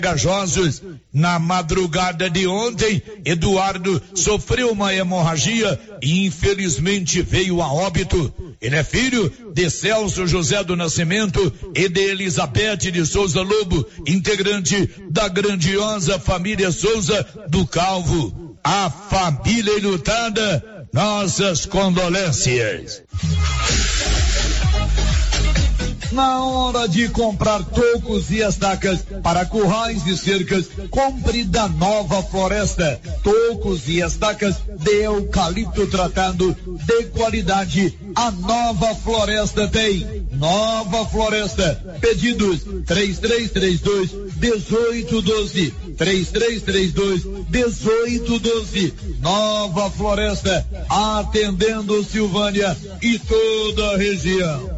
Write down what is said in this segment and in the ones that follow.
Pegajosos. Na madrugada de ontem, Eduardo sofreu uma hemorragia e infelizmente veio a óbito. Ele é filho de Celso José do Nascimento e de Elizabeth de Souza Lobo, integrante da grandiosa família Souza do Calvo. A família enlutada, nossas condolências. Na hora de comprar tocos e estacas para currais e cercas, compre da Nova Floresta. Tocos e estacas de eucalipto tratado de qualidade. A Nova Floresta tem. Nova Floresta. Pedidos 3332-1812. 3332-1812. Nova Floresta. Atendendo Silvânia e toda a região.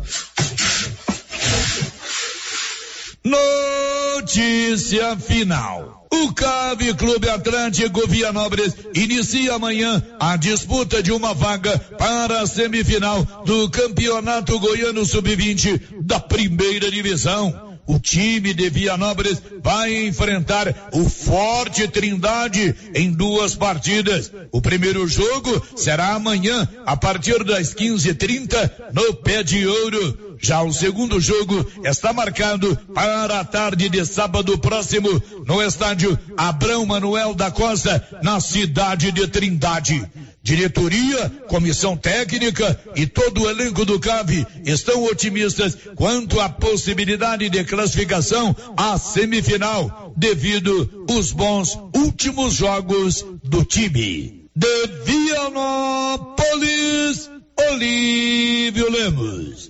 Notícia final. O CAV Clube Atlântico Vianópolis inicia amanhã a disputa de uma vaga para a semifinal do Campeonato Goiano Sub-20 da primeira divisão. O time de Vianópolis vai enfrentar o Forte Trindade em 2 partidas. O primeiro jogo será amanhã, a partir das 15h30, no Pé de Ouro. Já o segundo jogo está marcado para a tarde de sábado próximo, no estádio Abrão Manuel da Costa, na cidade de Trindade. Diretoria, comissão técnica e todo o elenco do CAV estão otimistas quanto à possibilidade de classificação à semifinal, devido os bons últimos jogos do time. De Vianópolis, Olívio Lemos.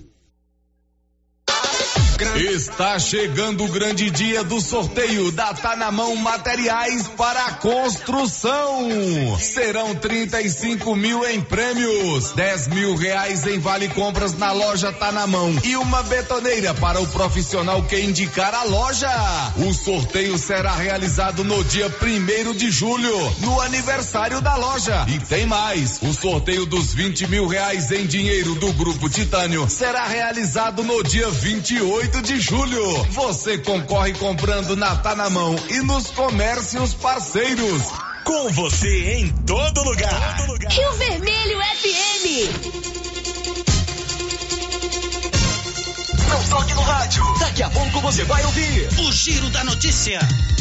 Está chegando o grande dia do sorteio da Tá na Mão Materiais para a Construção. Serão 35 mil em prêmios, 10 mil reais em vale compras na loja Tá na Mão e uma betoneira para o profissional que indicar a loja. O sorteio será realizado no dia 1º de julho, no aniversário da loja. E tem mais, o sorteio dos 20 mil reais em dinheiro do Grupo Titânio será realizado no dia 28 de julho. Você concorre comprando na Tá na Mão e nos comércios parceiros. Com você em todo lugar. Rio Vermelho FM. Não toque no rádio. Daqui a pouco você vai ouvir o Giro da Notícia.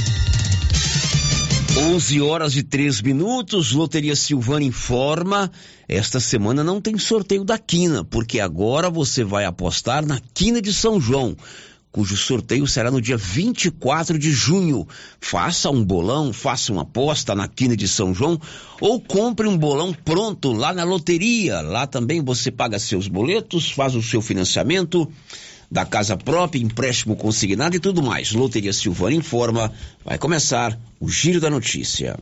11h03. Loteria Silvânia informa, esta semana não tem sorteio da quina, porque agora você vai apostar na quina de São João, cujo sorteio será no dia 24 de junho. Faça um bolão, faça uma aposta na quina de São João ou compre um bolão pronto lá na loteria. Lá também você paga seus boletos, faz o seu financiamento da casa própria, empréstimo consignado e tudo mais. Loteria Silvânia informa, vai começar o Giro da Notícia.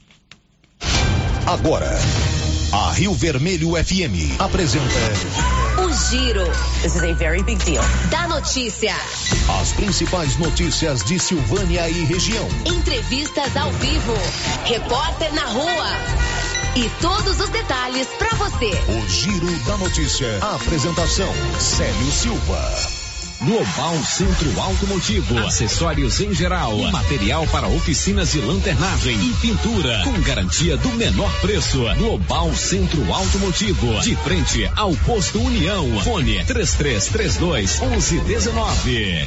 Agora, a Rio Vermelho FM apresenta O Giro. This is a very big deal. Da notícia. As principais notícias de Silvânia e região. Entrevistas ao vivo. Repórter na rua. E todos os detalhes para você. O Giro da Notícia. A apresentação, Célio Silva. Global Centro Automotivo, acessórios em geral, material para oficinas de lanternagem e pintura, com garantia do menor preço. Global Centro Automotivo, de frente ao Posto União. Fone 3332-1119.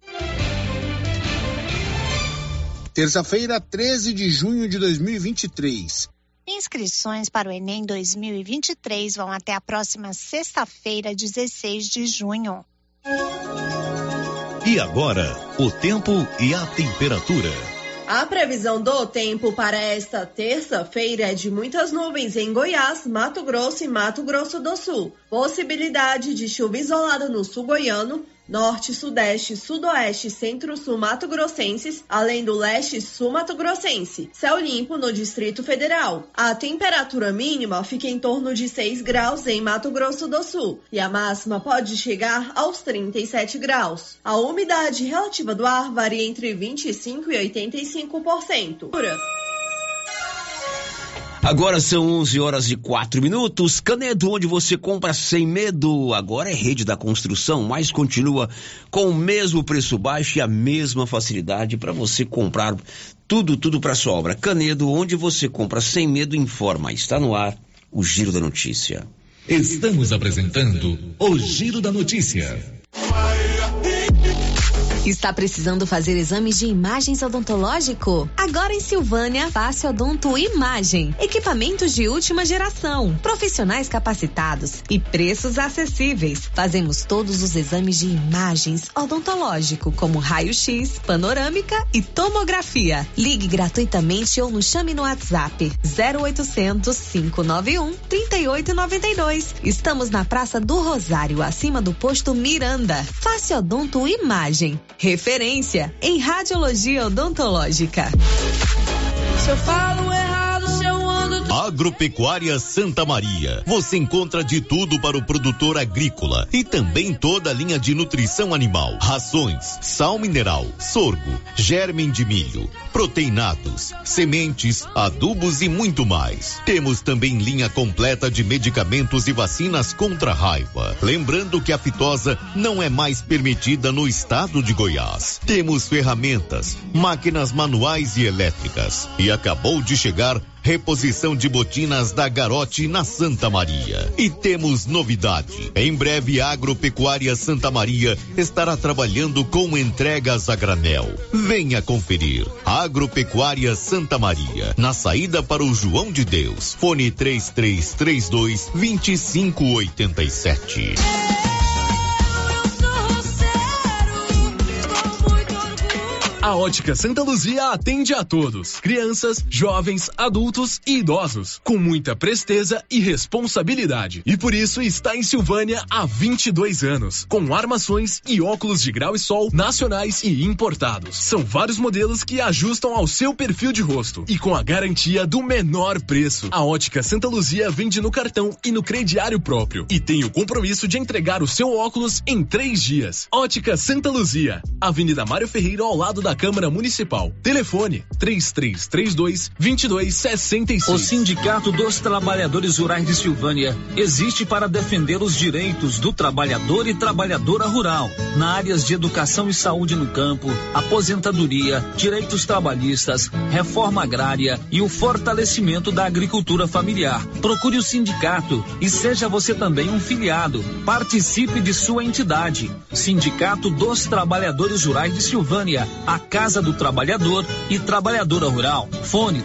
Terça-feira, 13 de junho de 2023. Inscrições para o Enem 2023 vão até a próxima sexta-feira, 16 de junho. E agora, o tempo e a temperatura. A previsão do tempo para esta terça-feira é de muitas nuvens em Goiás, Mato Grosso e Mato Grosso do Sul. Possibilidade de chuva isolada no sul goiano, norte, sudeste, sudoeste, centro-sul mato-grossenses, além do leste sul-mato-grossense. Céu limpo no Distrito Federal. A temperatura mínima fica em torno de 6 graus em Mato Grosso do Sul e a máxima pode chegar aos 37 graus. A umidade relativa do ar varia entre 25% e 85%. Agora são 11h04. Canedo, onde você compra sem medo. Agora é Rede da Construção, mas continua com o mesmo preço baixo e a mesma facilidade para você comprar tudo para sua obra. Canedo, onde você compra sem medo, informa. Está no ar o Giro da Notícia. Estamos apresentando o Giro da Notícia. Está precisando fazer exames de imagens odontológico? Agora em Silvânia, Face Odonto Imagem. Equipamentos de última geração, profissionais capacitados e preços acessíveis. Fazemos todos os exames de imagens odontológico, como raio-x, panorâmica e tomografia. Ligue gratuitamente ou nos chame no WhatsApp 0800 591 3892. Estamos na Praça do Rosário, acima do posto Miranda. Face Odonto Imagem. Referência em radiologia odontológica. Se eu falo errado, se eu ando... Agropecuária Santa Maria. Você encontra de tudo para o produtor agrícola e também toda a linha de nutrição animal. Rações, sal mineral, sorgo, germe de milho, proteinados, sementes, adubos e muito mais. Temos também linha completa de medicamentos e vacinas contra a raiva. Lembrando que a fitosa não é mais permitida no estado de Goiás. Temos ferramentas, máquinas manuais e elétricas. E acabou de chegar reposição de botinas da Garote na Santa Maria. E temos novidade. Em breve, a Agropecuária Santa Maria estará trabalhando com entregas a granel. Venha conferir. Agropecuária Santa Maria, na saída para o João de Deus. Fone 3332-2587. A Ótica Santa Luzia atende a todos, crianças, jovens, adultos e idosos, com muita presteza e responsabilidade. E por isso está em Silvânia há 22 anos, com armações e óculos de grau e sol nacionais e importados. São vários modelos que ajustam ao seu perfil de rosto e com a garantia do menor preço. A Ótica Santa Luzia vende no cartão e no crediário próprio e tem o compromisso de entregar o seu óculos em 3 dias. Ótica Santa Luzia, Avenida Mário Ferreira, ao lado da Câmara Municipal. Telefone 3332-2266. O Sindicato dos Trabalhadores Rurais de Silvânia existe para defender os direitos do trabalhador e trabalhadora rural, na áreas de educação e saúde no campo, aposentadoria, direitos trabalhistas, reforma agrária e o fortalecimento da agricultura familiar. Procure o sindicato e seja você também um filiado. Participe de sua entidade. Sindicato dos Trabalhadores Rurais de Silvânia, a Casa do Trabalhador e Trabalhadora Rural. Fone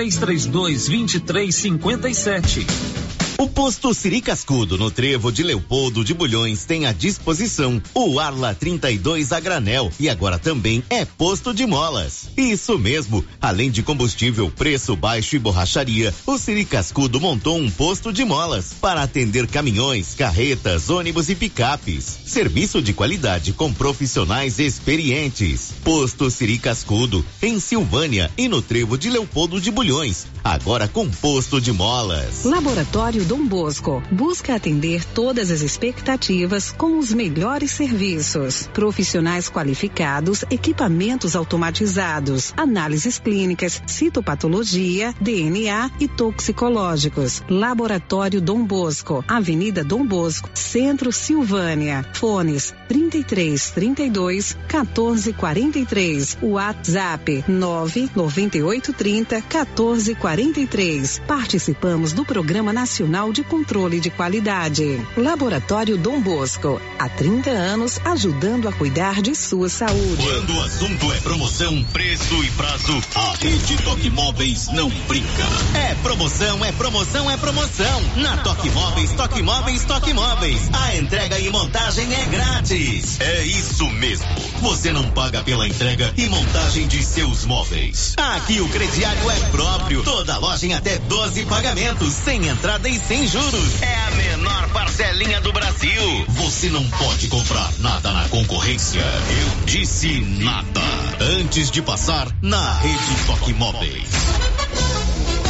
3332-2357. O posto Siri Cascudo, no Trevo de Leopoldo de Bulhões, tem à disposição o Arla 32 a granel e agora também é posto de molas. Isso mesmo, além de combustível, preço baixo e borracharia, o Siri Cascudo montou um posto de molas para atender caminhões, carretas, ônibus e picapes. Serviço de qualidade com profissionais experientes. Posto Siri Cascudo, em Silvânia e no Trevo de Leopoldo de Bulhões, agora com posto de molas. Laboratório Dom Bosco busca atender todas as expectativas com os melhores serviços, profissionais qualificados, equipamentos automatizados, análises clínicas, citopatologia, DNA e toxicológicos. Laboratório Dom Bosco, Avenida Dom Bosco, Centro, Silvânia. Fones 3332 1443. WhatsApp 99830 1443. Participamos do Programa Nacional de Controle de Qualidade. Laboratório Dom Bosco, há 30 anos ajudando a cuidar de sua saúde. Quando o assunto é promoção, preço e prazo, a Rede Toque Móveis não brinca. É promoção, é promoção, é promoção. Na Toque Móveis, Toque Móveis, Toque Móveis. A entrega e montagem é grátis. É isso mesmo. Você não paga pela entrega e montagem de seus móveis. Aqui o crediário é próprio. Toda loja em até 12 pagamentos, sem entrada e sem juros. É a menor parcelinha do Brasil. Você não pode comprar nada na concorrência. Eu disse nada. Antes de passar na Rede Toque Móveis.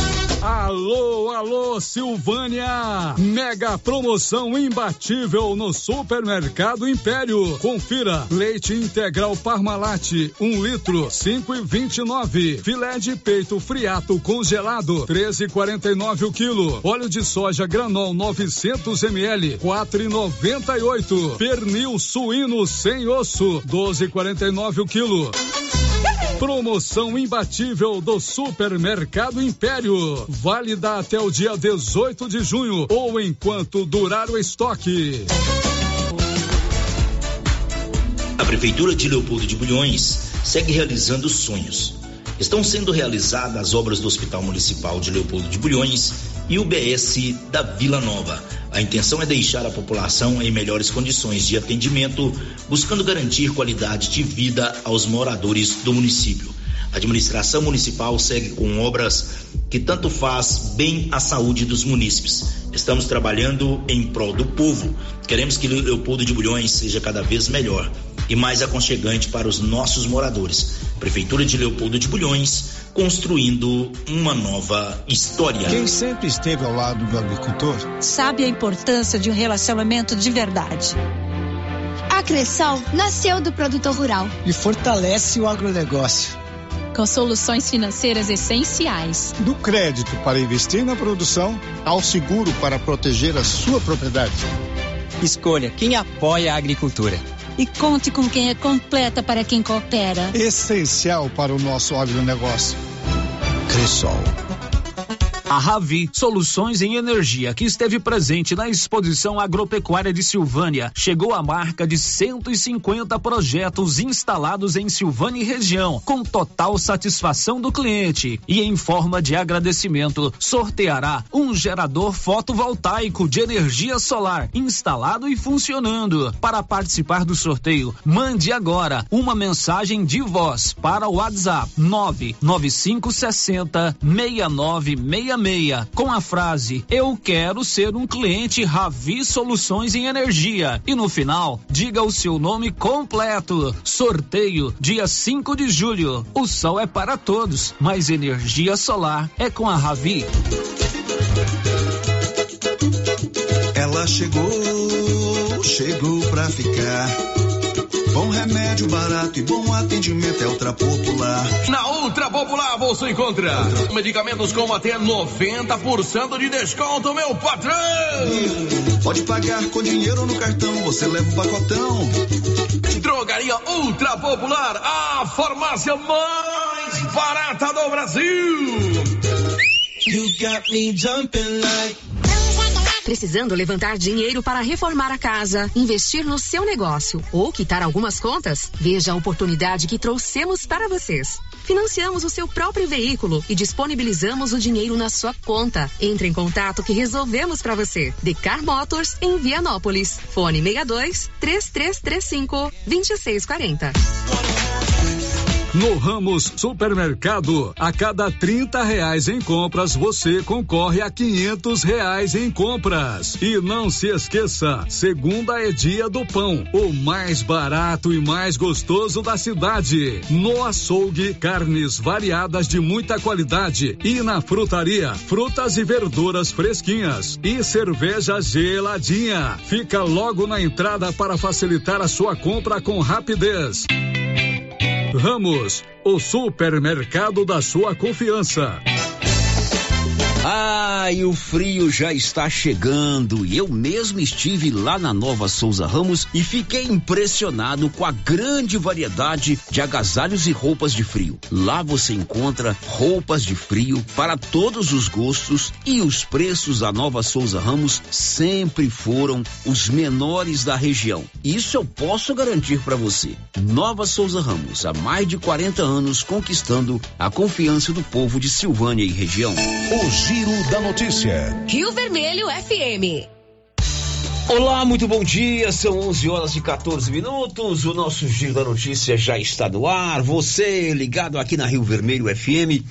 Alô, alô, Silvânia! Mega promoção imbatível no Supermercado Império. Confira: leite integral Parmalat, 1 litro, 5,29. Filé de peito friato congelado, 13,49 o quilo. Óleo de soja Granol 900 ml, 4,98. Pernil suíno sem osso, 12,49 o quilo. Promoção imbatível do Supermercado Império. Válida até o dia 18 de junho ou enquanto durar o estoque. A Prefeitura de Leopoldo de Bulhões segue realizando sonhos. Estão sendo realizadas as obras do Hospital Municipal de Leopoldo de Bulhões e o BS da Vila Nova. A intenção é deixar a população em melhores condições de atendimento, buscando garantir qualidade de vida aos moradores do município. A administração municipal segue com obras que tanto faz bem à saúde dos munícipes. Estamos trabalhando em prol do povo. Queremos que Leopoldo de Bulhões seja cada vez melhor e mais aconchegante para os nossos moradores. Prefeitura de Leopoldo de Bulhões, construindo uma nova história. Quem sempre esteve ao lado do agricultor sabe a importância de um relacionamento de verdade. A Cressol nasceu do produtor rural e fortalece o agronegócio, com soluções financeiras essenciais. Do crédito para investir na produção ao seguro para proteger a sua propriedade. Escolha quem apoia a agricultura. E conte com quem é completa para quem coopera. Essencial para o nosso agronegócio. Cressol. A Ravi Soluções em Energia, que esteve presente na Exposição Agropecuária de Silvânia, chegou à marca de 150 projetos instalados em Silvânia e região, com total satisfação do cliente. E em forma de agradecimento, sorteará um gerador fotovoltaico de energia solar, instalado e funcionando. Para participar do sorteio, mande agora uma mensagem de voz para o WhatsApp 995606966 com a frase: eu quero ser um cliente Ravi Soluções em Energia, e no final diga o seu nome completo. Sorteio dia 5 de julho. O sol é para todos, mas energia solar é com a Ravi. Ela chegou pra ficar. Bom remédio, barato e bom atendimento é Ultra Popular. Na Ultra Popular você encontra medicamentos com até 90% de desconto, meu patrão. Pode pagar com dinheiro ou no cartão, você leva um pacotão. Drogaria Ultra Popular, a farmácia mais barata do Brasil. You got me jumping like... Precisando levantar dinheiro para reformar a casa, investir no seu negócio ou quitar algumas contas? Veja a oportunidade que trouxemos para vocês. Financiamos o seu próprio veículo e disponibilizamos o dinheiro na sua conta. Entre em contato que resolvemos para você. Decar Motors em Vianópolis. Fone 62-3335-2640. No Ramos Supermercado, a cada R$30 em compras, você concorre a R$500 em compras. E não se esqueça, segunda é dia do pão, o mais barato e mais gostoso da cidade. No açougue, carnes variadas de muita qualidade. E na frutaria, frutas e verduras fresquinhas. E cerveja geladinha. Fica logo na entrada para facilitar a sua compra com rapidez. Ramos, o supermercado da sua confiança. E o frio já está chegando e eu mesmo estive lá na Nova Souza Ramos e fiquei impressionado com a grande variedade de agasalhos e roupas de frio. Lá você encontra roupas de frio para todos os gostos e os preços da Nova Souza Ramos sempre foram os menores da região. Isso eu posso garantir para você. Nova Souza Ramos, há mais de 40 anos conquistando a confiança do povo de Silvânia e região. O Giro da Notícia. Rio Vermelho FM. Olá, muito bom dia, são 11h14. O nosso Giro da Notícia já está no ar. Você ligado aqui na Rio Vermelho FM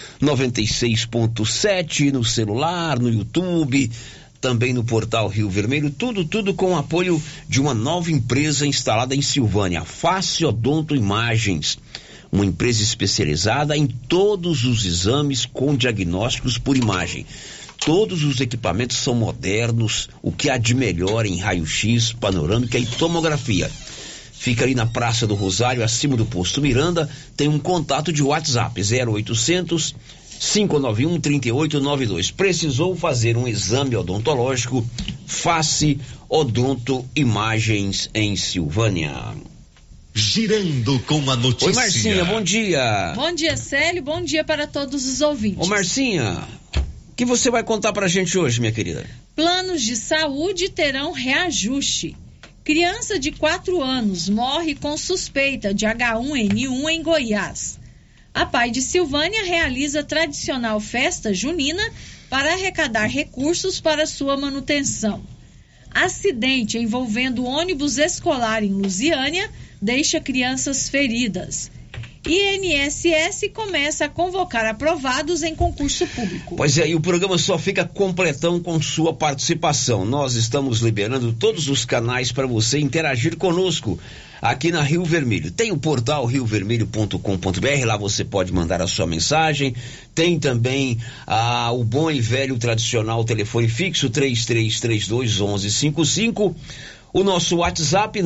96.7, no celular, no YouTube, também no portal Rio Vermelho, tudo com o apoio de uma nova empresa instalada em Silvânia, Face Odonto Imagens. uma empresa especializada em todos os exames com diagnósticos por imagem. Todos os equipamentos são modernos, o que há de melhor em raio-x, panorâmica e tomografia. Fica ali na Praça do Rosário, acima do Posto Miranda. Tem um contato de WhatsApp, 0800 591 3892. Precisou fazer um exame odontológico? Face Odonto Imagens em Silvânia. Girando com a notícia. Oi, Marcinha, bom dia. Bom dia, Célio, bom dia para todos os ouvintes. Ô, Marcinha, o que você vai contar pra gente hoje, minha querida? Planos de saúde terão reajuste. Criança de 4 anos morre com suspeita de H1N1 em Goiás. A Pai de Silvânia realiza tradicional festa junina para arrecadar recursos para sua manutenção. Acidente envolvendo ônibus escolar em Lusiânia deixa crianças feridas. INSS começa a convocar aprovados em concurso público. Pois é, e o programa só fica completão com sua participação. Nós estamos liberando todos os canais para você interagir conosco aqui na Rio Vermelho. Tem o portal riovermelho.com.br, lá você pode mandar a sua mensagem. Tem também o bom e velho tradicional telefone fixo 3332-1155. O nosso WhatsApp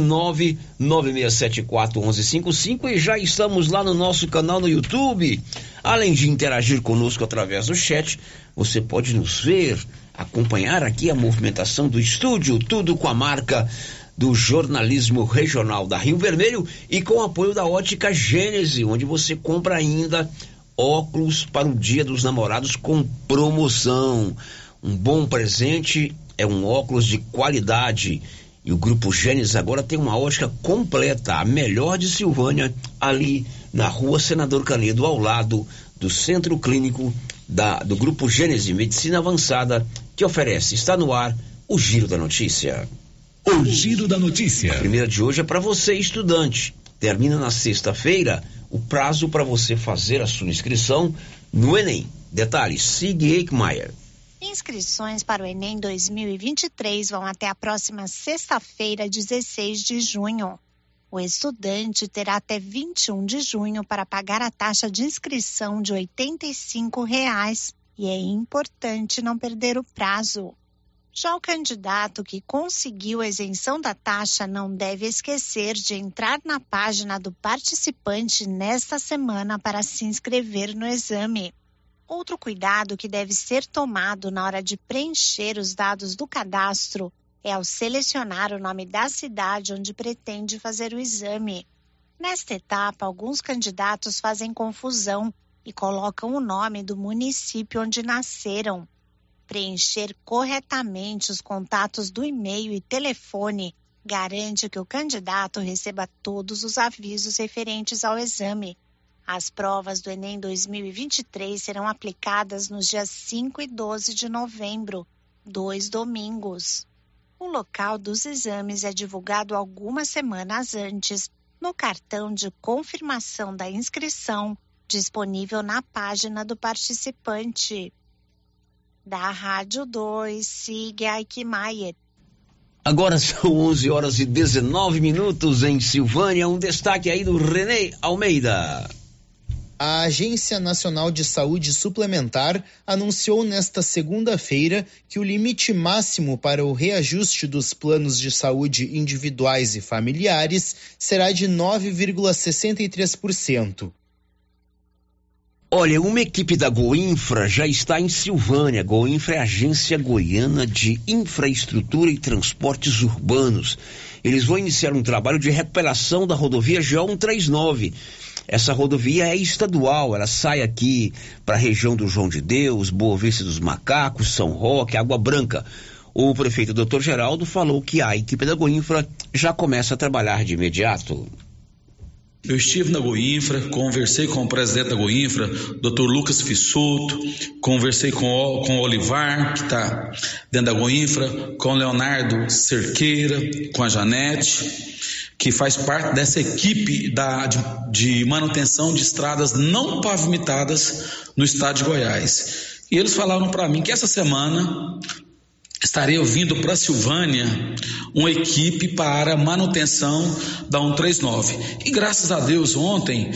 99674-1155 e já estamos lá no nosso canal no YouTube. Além de interagir conosco através do chat, você pode nos ver, acompanhar aqui a movimentação do estúdio, tudo com a marca do jornalismo regional da Rio Vermelho e com o apoio da Ótica Gênese, onde você compra ainda óculos para o Dia dos Namorados com promoção. Um bom presente é um óculos de qualidade. E o Grupo Gênese agora tem uma ótica completa, a melhor de Silvânia, ali na Rua Senador Canedo, ao lado do Centro Clínico do Grupo Gênese Medicina Avançada, que oferece, está no ar, o Giro da Notícia. O Giro da Notícia. A primeira de hoje é para você, estudante. Termina na sexta-feira o prazo para você fazer a sua inscrição no Enem. Detalhes, Sig Eichmeier. Inscrições para o Enem 2023 vão até a próxima sexta-feira, 16 de junho. O estudante terá até 21 de junho para pagar a taxa de inscrição de R$ 85,00 e é importante não perder o prazo. Já o candidato que conseguiu a isenção da taxa não deve esquecer de entrar na página do participante nesta semana para se inscrever no exame. Outro cuidado que deve ser tomado na hora de preencher os dados do cadastro é ao selecionar o nome da cidade onde pretende fazer o exame. Nesta etapa, alguns candidatos fazem confusão e colocam o nome do município onde nasceram. Preencher corretamente os contatos do e-mail e telefone garante que o candidato receba todos os avisos referentes ao exame. As provas do Enem 2023 serão aplicadas nos dias 5 e 12 de novembro, 2 domingos. O local dos exames é divulgado algumas semanas antes no cartão de confirmação da inscrição, disponível na página do participante. Da Rádio 2, Sig Eichmeier. Agora são 11h19 em Silvânia. Um destaque aí do Renê Almeida. A Agência Nacional de Saúde Suplementar anunciou nesta segunda-feira que o limite máximo para o reajuste dos planos de saúde individuais e familiares será de 9,63%. Olha, uma equipe da Goinfra já está em Silvânia. Goinfra é a Agência Goiana de Infraestrutura e Transportes Urbanos. Eles vão iniciar um trabalho de recuperação da rodovia GO-139. Essa rodovia é estadual, ela sai aqui para a região do João de Deus, Boa Vista dos Macacos, São Roque, Água Branca. O prefeito Dr. Geraldo falou que a equipe da Goinfra já começa a trabalhar de imediato. Eu estive na Goinfra, conversei com o presidente da Goinfra, Dr. Lucas Fissuto, conversei com o Olivar, que está dentro da Goinfra, com o Leonardo Cerqueira, com a Janete, que faz parte dessa equipe de manutenção de estradas não pavimentadas no estado de Goiás. E eles falaram para mim que essa semana estaria vindo para Silvânia uma equipe para manutenção da 139. E graças a Deus ontem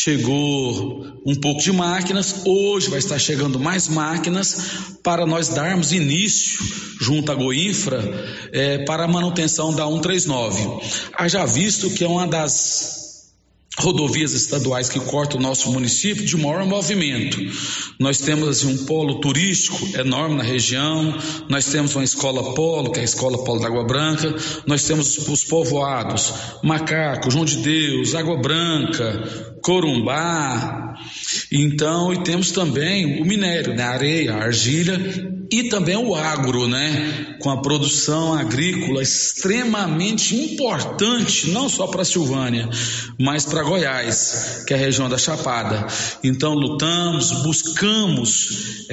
chegou um pouco de máquinas, hoje vai estar chegando mais máquinas para nós darmos início junto à Goinfra para a manutenção da 139. Haja visto que é uma das rodovias estaduais que cortam o nosso município de maior movimento. Nós temos assim, um polo turístico enorme na região, nós temos uma escola polo, que é a Escola Polo da Água Branca, nós temos os povoados Macaco, João de Deus, Água Branca, Corumbá, então, e temos também o minério, né, a areia, a argila e também o agro, né, com a produção agrícola extremamente importante, não só para a Silvânia, mas para Goiás, que é a região da Chapada. Então, lutamos, buscamos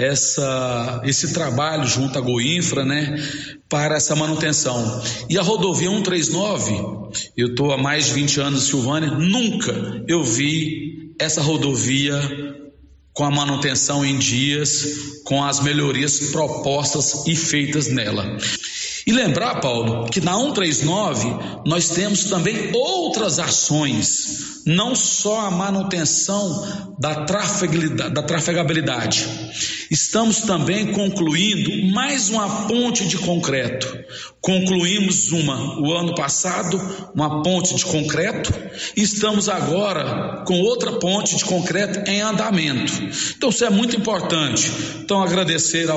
esse trabalho junto à Goinfra, né, para essa manutenção. E a rodovia 139, eu estou há mais de 20 anos em Silvânia, nunca eu vi essa rodovia com a manutenção em dias, com as melhorias propostas e feitas nela. E lembrar, Paulo, que na 139 nós temos também outras ações, não só a manutenção da trafegabilidade. Estamos também concluindo mais uma ponte de concreto. Concluímos o ano passado, uma ponte de concreto, e estamos agora com outra ponte de concreto em andamento. Então isso é muito importante. Então agradecer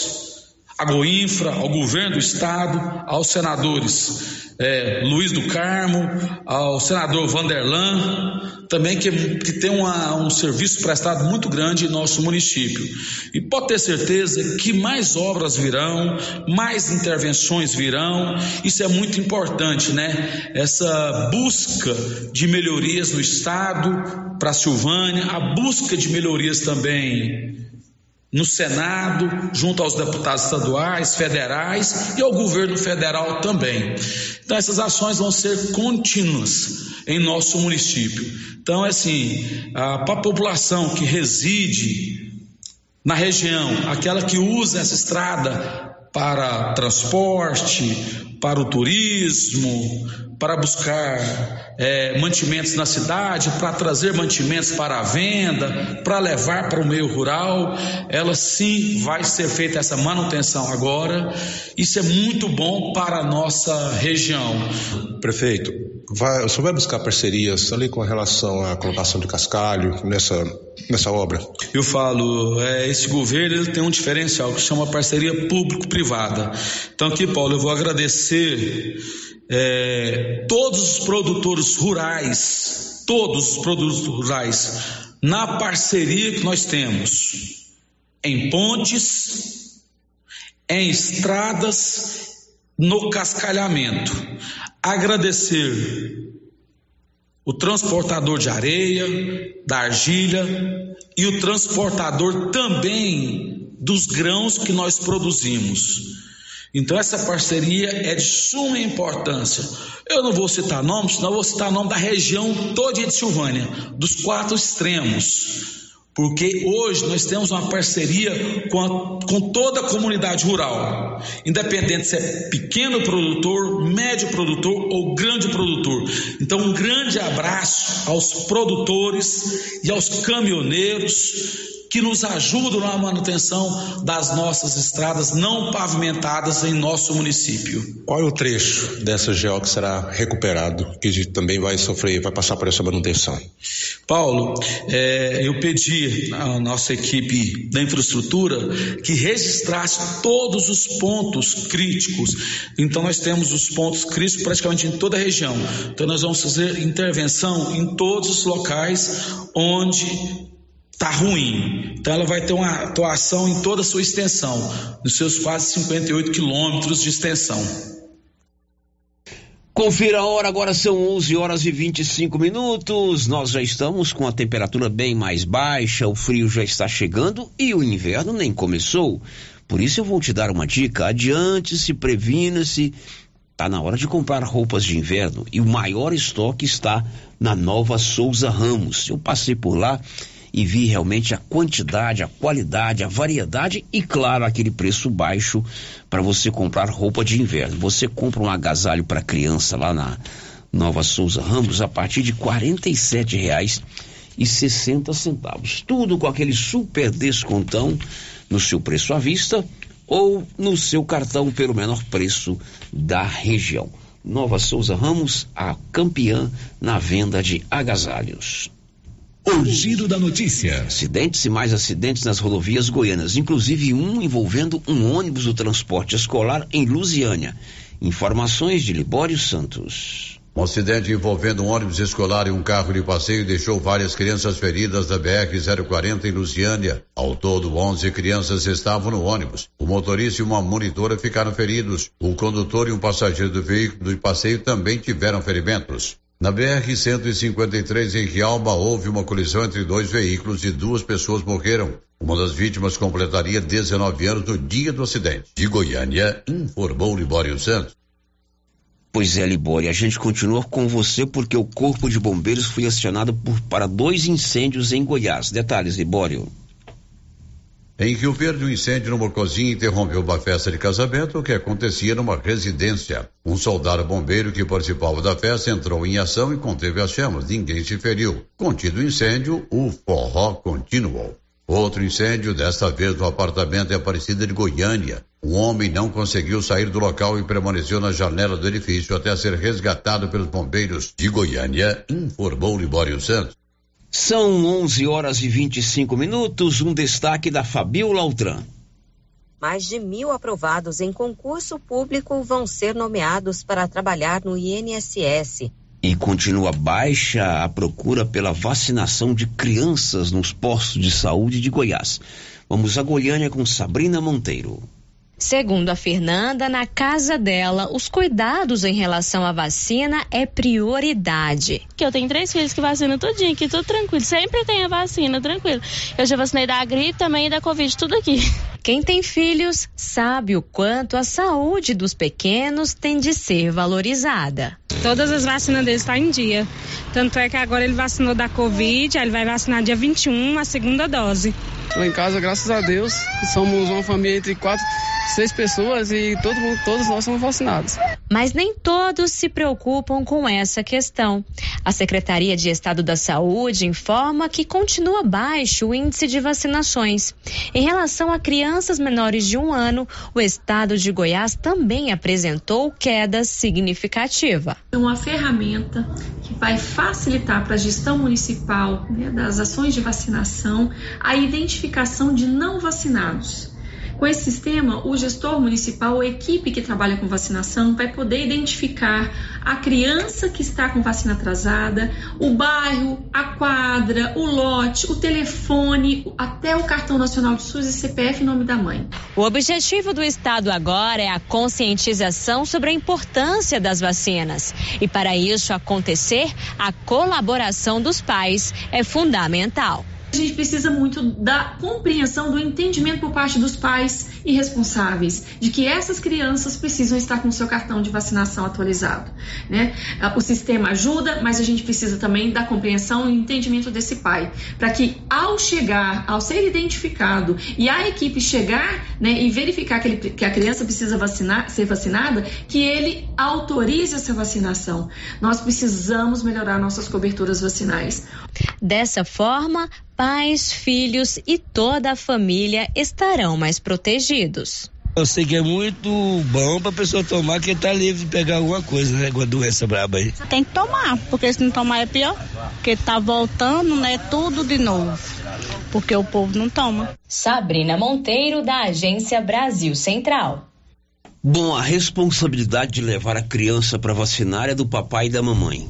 à Goinfra, ao governo do estado, aos senadores Luiz do Carmo, ao senador Vanderlan, também que tem um serviço prestado muito grande em nosso município. E pode ter certeza que mais obras virão, mais intervenções virão, isso é muito importante, né? Essa busca de melhorias no estado, para a Silvânia, a busca de melhorias também no Senado, junto aos deputados estaduais, federais e ao governo federal também. Então essas ações vão ser contínuas em nosso município. Então assim, para a população que reside na região, aquela que usa essa estrada para transporte, para o turismo, para buscar mantimentos na cidade, para trazer mantimentos para a venda, para levar para o meio rural, ela sim vai ser feita essa manutenção agora. Isso é muito bom para a nossa região. Prefeito, o senhor vai buscar parcerias ali com relação à colocação de cascalho nessa obra? Eu falo, esse governo ele tem um diferencial que chama parceria público-privada. Então aqui, Paulo, eu vou agradecer todos os produtores rurais, na parceria que nós temos em pontes, em estradas, no cascalhamento. Agradecer o transportador de areia, da argila e o transportador também dos grãos que nós produzimos. Então essa parceria é de suma importância. Eu não vou citar nomes, senão eu vou citar o nome da região toda de Silvânia, dos 4 extremos. Porque hoje nós temos uma parceria com toda a comunidade rural, independente se é pequeno produtor, médio produtor ou grande produtor. Então um grande abraço aos produtores e aos caminhoneiros que nos ajudam na manutenção das nossas estradas não pavimentadas em nosso município. Qual é o trecho dessa GO que será recuperado, que também vai passar por essa manutenção? Paulo, eu pedi à nossa equipe da infraestrutura que registrasse todos os pontos críticos. Então nós temos os pontos críticos praticamente em toda a região. Então nós vamos fazer intervenção em todos os locais onde está ruim. Então ela vai ter uma atuação em toda a sua extensão, nos seus quase 58 quilômetros de extensão. Confira a hora, agora são 11h25. Nós já estamos com a temperatura bem mais baixa, o frio já está chegando e o inverno nem começou. Por isso eu vou te dar uma dica: adiante-se, previna-se. Tá na hora de comprar roupas de inverno e o maior estoque está na Nova Souza Ramos. Eu passei por lá e vi realmente a quantidade, a qualidade, a variedade e, claro, aquele preço baixo para você comprar roupa de inverno. Você compra um agasalho para criança lá na Nova Souza Ramos a partir de R$ 47,60. Tudo com aquele super descontão no seu preço à vista ou no seu cartão pelo menor preço da região. Nova Souza Ramos, a campeã na venda de agasalhos. O giro da notícia. Acidentes e mais acidentes nas rodovias goianas, inclusive um envolvendo um ônibus do transporte escolar em Lusiânia. Informações de Libório Santos. Um acidente envolvendo um ônibus escolar e um carro de passeio deixou várias crianças feridas da BR-040 em Lusiânia. Ao todo, 11 crianças estavam no ônibus. O motorista e uma monitora ficaram feridos. O condutor e um passageiro do veículo de passeio também tiveram ferimentos. Na BR-153 em Rialba, houve uma colisão entre dois veículos e 2 pessoas morreram. Uma das vítimas completaria 19 anos no dia do acidente. De Goiânia, informou Libório Santos. Pois é, Libório, a gente continua com você porque o Corpo de Bombeiros foi acionado para 2 incêndios em Goiás. Detalhes, Libório. Em Rio Verde, um incêndio numa cozinha interrompeu uma festa de casamento que acontecia numa residência. Um soldado bombeiro que participava da festa entrou em ação e conteve as chamas. Ninguém se feriu. Contido o incêndio, o forró continuou. Outro incêndio, desta vez no apartamento em Aparecida de Goiânia. Um homem não conseguiu sair do local e permaneceu na janela do edifício até ser resgatado pelos bombeiros de Goiânia, informou Libório Santos. São 11h25. Um destaque da Fabiola Altran. Mais de 1.000 aprovados em concurso público vão ser nomeados para trabalhar no INSS. E continua baixa a procura pela vacinação de crianças nos postos de saúde de Goiás. Vamos a Goiânia com Sabrina Monteiro. Segundo a Fernanda, na casa dela, os cuidados em relação à vacina é prioridade. Eu tenho 3 filhos que vacinam tudinho aqui, tudo tranquilo. Sempre tem a vacina, tranquilo. Eu já vacinei da gripe também e da Covid, tudo aqui. Quem tem filhos sabe o quanto a saúde dos pequenos tem de ser valorizada. Todas as vacinas deles estão em dia. Tanto é que agora ele vacinou da Covid, aí ele vai vacinar dia 21, a segunda dose. Lá em casa, graças a Deus, somos uma família entre 6 pessoas e todos nós somos vacinados. Mas nem todos se preocupam com essa questão. A Secretaria de Estado da Saúde informa que continua baixo o índice de vacinações. Em relação a crianças menores de 1 ano, o estado de Goiás também apresentou queda significativa. É uma ferramenta que vai facilitar para a gestão municipal, né, das ações de vacinação, a identificação de não vacinados. Com esse sistema, o gestor municipal ou a equipe que trabalha com vacinação vai poder identificar a criança que está com vacina atrasada, o bairro, a quadra, o lote, o telefone, até o cartão nacional de SUS e CPF em nome da mãe. O objetivo do Estado agora é a conscientização sobre a importância das vacinas. E para isso acontecer, a colaboração dos pais é fundamental. A gente precisa muito da compreensão, do entendimento por parte dos pais e responsáveis de que essas crianças precisam estar com o seu cartão de vacinação atualizado, né? O sistema ajuda, mas a gente precisa também da compreensão e entendimento desse pai, para que ao ser identificado e a equipe chegar, né, e verificar que a criança precisa ser vacinada, que ele autorize essa vacinação. Nós precisamos melhorar nossas coberturas vacinais. Dessa forma, pais, filhos e toda a família estarão mais protegidos. Eu sei que é muito bom para a pessoa tomar, que tá livre de pegar alguma coisa, né? Alguma doença braba aí. Tem que tomar, porque se não tomar é pior. Porque tá voltando, né? Tudo de novo. Porque o povo não toma. Sabrina Monteiro, da Agência Brasil Central. Bom, a responsabilidade de levar a criança para vacinar é do papai e da mamãe.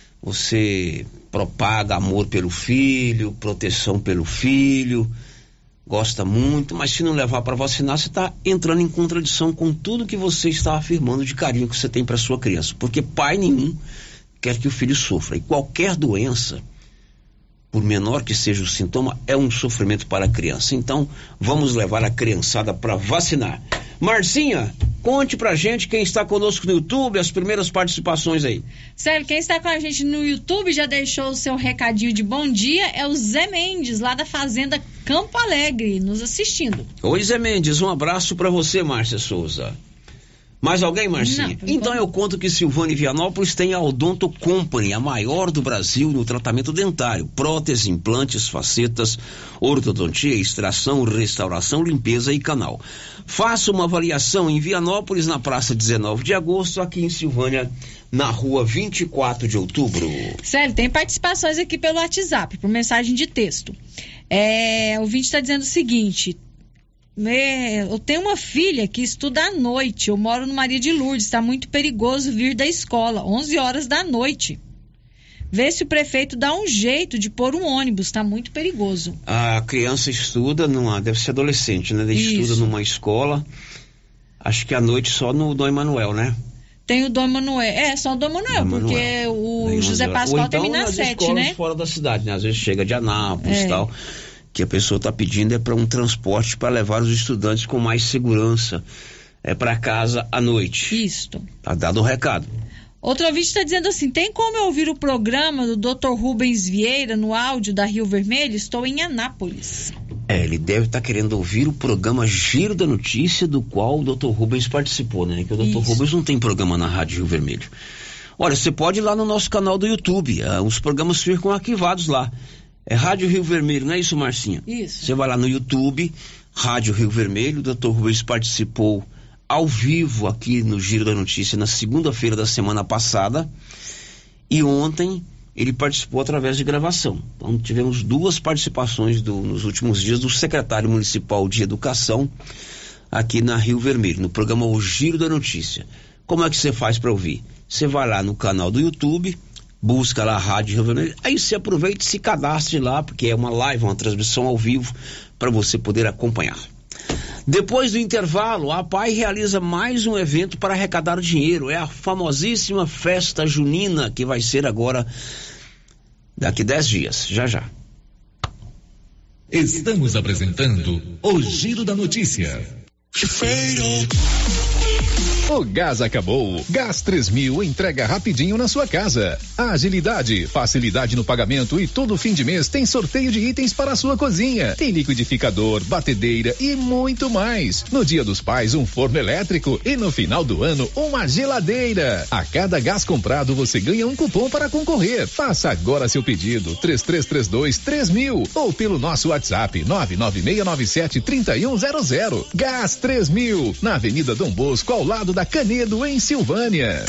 Você propaga amor pelo filho, proteção pelo filho, gosta muito, mas se não levar para vacinar, você está entrando em contradição com tudo que você está afirmando de carinho que você tem para sua criança, porque pai nenhum quer que o filho sofra, e qualquer doença, por menor que seja o sintoma, é um sofrimento para a criança. Então, vamos levar a criançada para vacinar. Marcinha, Conte pra gente quem está conosco no YouTube, as primeiras participações aí. Sério, quem está com a gente no YouTube já deixou o seu recadinho de bom dia, é o Zé Mendes, lá da Fazenda Campo Alegre, nos assistindo. Oi, Zé Mendes, um abraço pra você, Márcia Souza. Mais alguém, Marcinha? Não, então eu conto que Silvânia e Vianópolis tem a Odonto Company, a maior do Brasil no tratamento dentário. Prótese, implantes, facetas, ortodontia, extração, restauração, limpeza e canal. Faça uma avaliação em Vianópolis, na praça 19 de agosto, aqui em Silvânia, na rua 24 de outubro. Sério, tem participações aqui pelo WhatsApp, por mensagem de texto. O ouvinte está dizendo o seguinte... Eu tenho uma filha que estuda à noite, eu moro no Maria de Lourdes, está muito perigoso vir da escola, 11 horas da noite. Vê se o prefeito dá um jeito de pôr um ônibus, está muito perigoso. A criança estuda, deve ser adolescente, né? Estuda numa escola, acho que à noite só no Dom Emanuel, né? Tem o Dom Emanuel, só o Dom Emanuel, porque o José Pascoal então, termina às 7, né? Fora da cidade, né? Às vezes chega de Anápolis e tal. Que a pessoa está pedindo é para um transporte para levar os estudantes com mais segurança para casa à noite. Isto. Tá dado o recado. Outro ouvinte está dizendo assim, tem como eu ouvir o programa do Dr. Rubens Vieira no áudio da Rio Vermelho? Estou em Anápolis. Ele deve estar querendo ouvir o programa Giro da Notícia, do qual o Dr. Rubens participou, né? Que o Dr. Rubens não tem programa na Rádio Rio Vermelho. Olha, você pode ir lá no nosso canal do YouTube, os programas ficam arquivados lá. É Rádio Rio Vermelho, não é isso, Marcinha? Isso. Você vai lá no YouTube, Rádio Rio Vermelho, o Dr. Rubens participou ao vivo aqui no Giro da Notícia na segunda-feira da semana passada e ontem ele participou através de gravação. Então tivemos 2 participações nos últimos dias do secretário municipal de Educação aqui na Rio Vermelho, no programa O Giro da Notícia. Como é que você faz para ouvir? Você vai lá no canal do YouTube, busca lá a Rádio Rio Vermelho, aí você aproveita e se cadastre lá, porque é uma live, uma transmissão ao vivo, para você poder acompanhar. Depois do intervalo, a PAI realiza mais um evento para arrecadar dinheiro, é a famosíssima Festa Junina, que vai ser agora, daqui 10 dias, já. Estamos apresentando o Giro da Notícia. O gás acabou. Gás 3000 entrega rapidinho na sua casa. Agilidade, facilidade no pagamento e todo fim de mês tem sorteio de itens para a sua cozinha. Tem liquidificador, batedeira e muito mais. No Dia dos Pais, um forno elétrico e no final do ano, uma geladeira. A cada gás comprado, você ganha um cupom para concorrer. Faça agora seu pedido, 3332-3000 ou pelo nosso WhatsApp, 99697-3100. Gás 3000, na Avenida Dom Bosco, ao lado da Canedo, em Silvânia.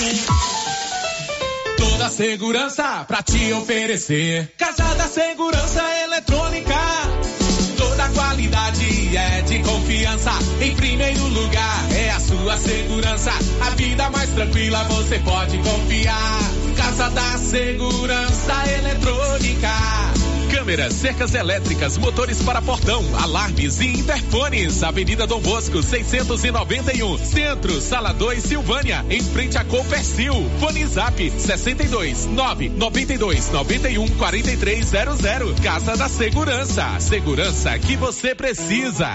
Toda segurança pra te oferecer. Casa da Segurança Eletrônica. Toda qualidade é de confiança. Em primeiro lugar é a sua segurança. A vida mais tranquila você pode confiar. Casa da Segurança Eletrônica. Câmeras, cercas elétricas, motores para portão, alarmes e interfones. Avenida Dom Bosco, 691. Centro, Sala 2, Silvânia, em frente a Copercil. Fone Zap 62-992-91-4300. Casa da Segurança. Segurança que você precisa.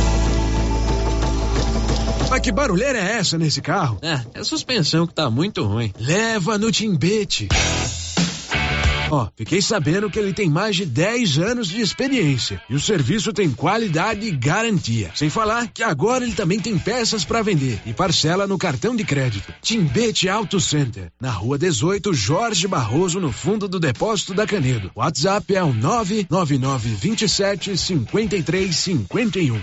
Mas que barulheira é essa nesse carro? É a suspensão que tá muito ruim. Leva no Timbete. Fiquei sabendo que ele tem mais de 10 anos de experiência e o serviço tem qualidade e garantia. Sem falar que agora ele também tem peças para vender e parcela no cartão de crédito. Timbete Auto Center, na rua 18, Jorge Barroso, no fundo do depósito da Canedo. WhatsApp é o 99927-5351.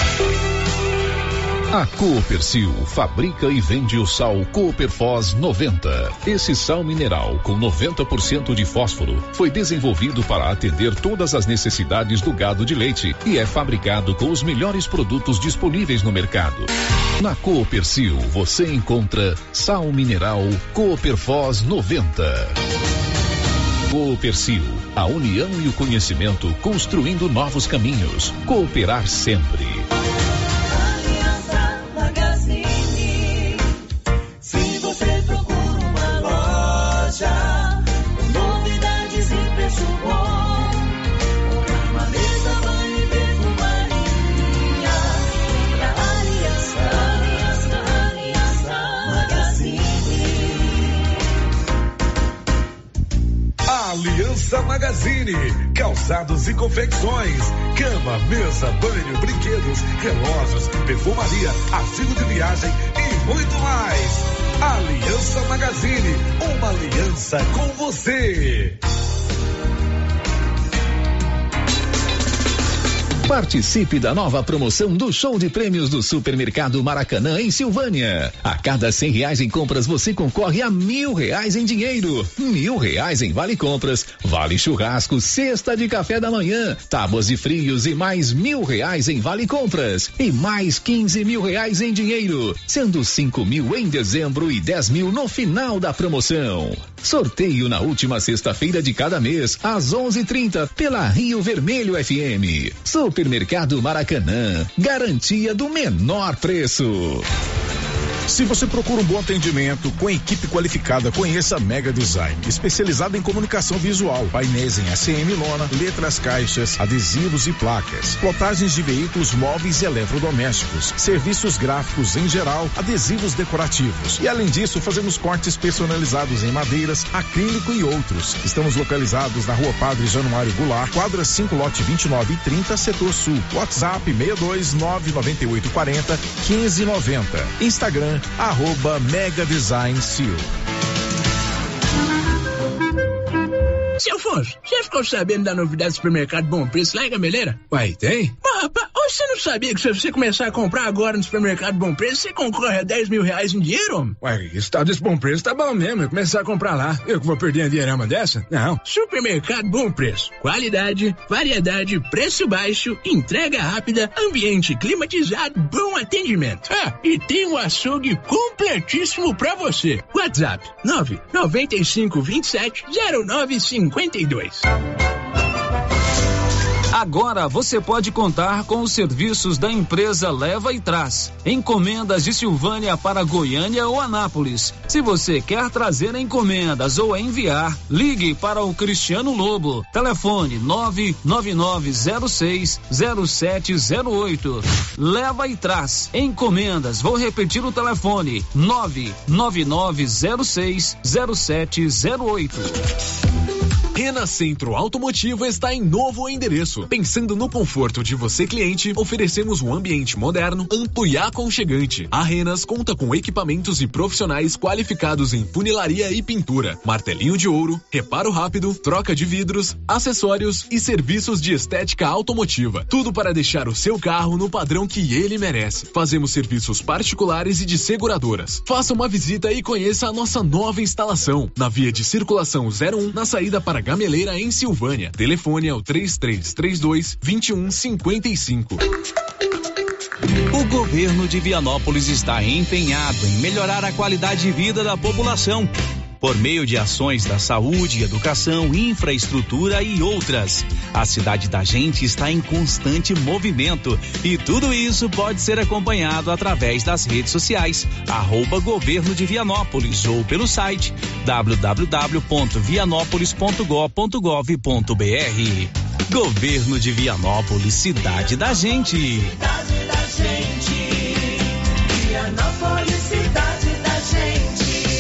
A Copercil fabrica e vende o sal Cooperfos 90. Esse sal mineral com 90% de fósforo foi desenvolvido para atender todas as necessidades do gado de leite e é fabricado com os melhores produtos disponíveis no mercado. Na Copercil você encontra sal mineral Cooperfos 90. Copercil, a união e o conhecimento construindo novos caminhos. Cooperar sempre. Novidades e preço bom. Uma mesa vai em perfumaria. Da Aliança. Magazine, calçados e confecções, cama, mesa, banho, brinquedos, relógios, perfumaria, artigo de viagem e muito mais. Aliança Magazine, uma aliança com você. Participe da nova promoção do show de prêmios do Supermercado Maracanã em Silvânia. A cada R$100 em compras você concorre a R$1.000 em dinheiro, R$1.000 em vale compras, vale churrasco, cesta de café da manhã, tábuas de frios e mais R$1.000 em vale compras e mais R$15.000 em dinheiro, sendo 5.000 em dezembro e 10.000 no final da promoção. Sorteio na última sexta-feira de cada mês às 11h30 pela Rio Vermelho FM. Supermercado Maracanã, garantia do menor preço. Se você procura um bom atendimento com equipe qualificada, conheça a Mega Design, especializada em comunicação visual, painéis em ACM lona, letras caixas, adesivos e placas, plotagens de veículos móveis e eletrodomésticos, serviços gráficos em geral, adesivos decorativos. E além disso, fazemos cortes personalizados em madeiras, acrílico e outros. Estamos localizados na Rua Padre Januário Goulart, quadra 5, lote 29 e 30, setor sul. WhatsApp 62998401590. Instagram @Mega Design Seal. Seu Afonso, você ficou sabendo da novidade do supermercado Bom Preço lá em Gameleira? Uai, tem? Rapaz, você não sabia que se você começar a comprar agora no supermercado Bom Preço, você concorre a R$10.000 em dinheiro? Uai, esse tal desse Bom Preço tá bom mesmo, eu começar a comprar lá. Eu que vou perder a dinheirama dessa? Não. Supermercado Bom Preço. Qualidade, variedade, preço baixo, entrega rápida, ambiente climatizado, bom atendimento. Ah, e tem um açougue completíssimo pra você. WhatsApp 995270952. Agora você pode contar com os serviços da empresa Leva e Traz. Encomendas de Silvânia para Goiânia ou Anápolis. Se você quer trazer encomendas ou enviar, ligue para o Cristiano Lobo. Telefone 999060708. Leva e Traz. Encomendas. Vou repetir o telefone: 999060708. Rena Centro Automotivo está em novo endereço. Pensando no conforto de você, cliente, oferecemos um ambiente moderno, amplo e aconchegante. A Renas conta com equipamentos e profissionais qualificados em funilaria e pintura, martelinho de ouro, reparo rápido, troca de vidros, acessórios e serviços de estética automotiva. Tudo para deixar o seu carro no padrão que ele merece. Fazemos serviços particulares e de seguradoras. Faça uma visita e conheça a nossa nova instalação. Na via de circulação 01, na saída para Gameleira, em Silvânia. Telefone é o 3332-2155. O governo de Vianópolis está empenhado em melhorar a qualidade de vida da população, por meio de ações da saúde, educação, infraestrutura e outras. A cidade da gente está em constante movimento e tudo isso pode ser acompanhado através das redes sociais, @Governo de Vianópolis ou pelo site www.vianópolis.gov.br. Governo de Vianópolis, cidade da gente. Cidade da gente. Vianópolis, cidade da gente.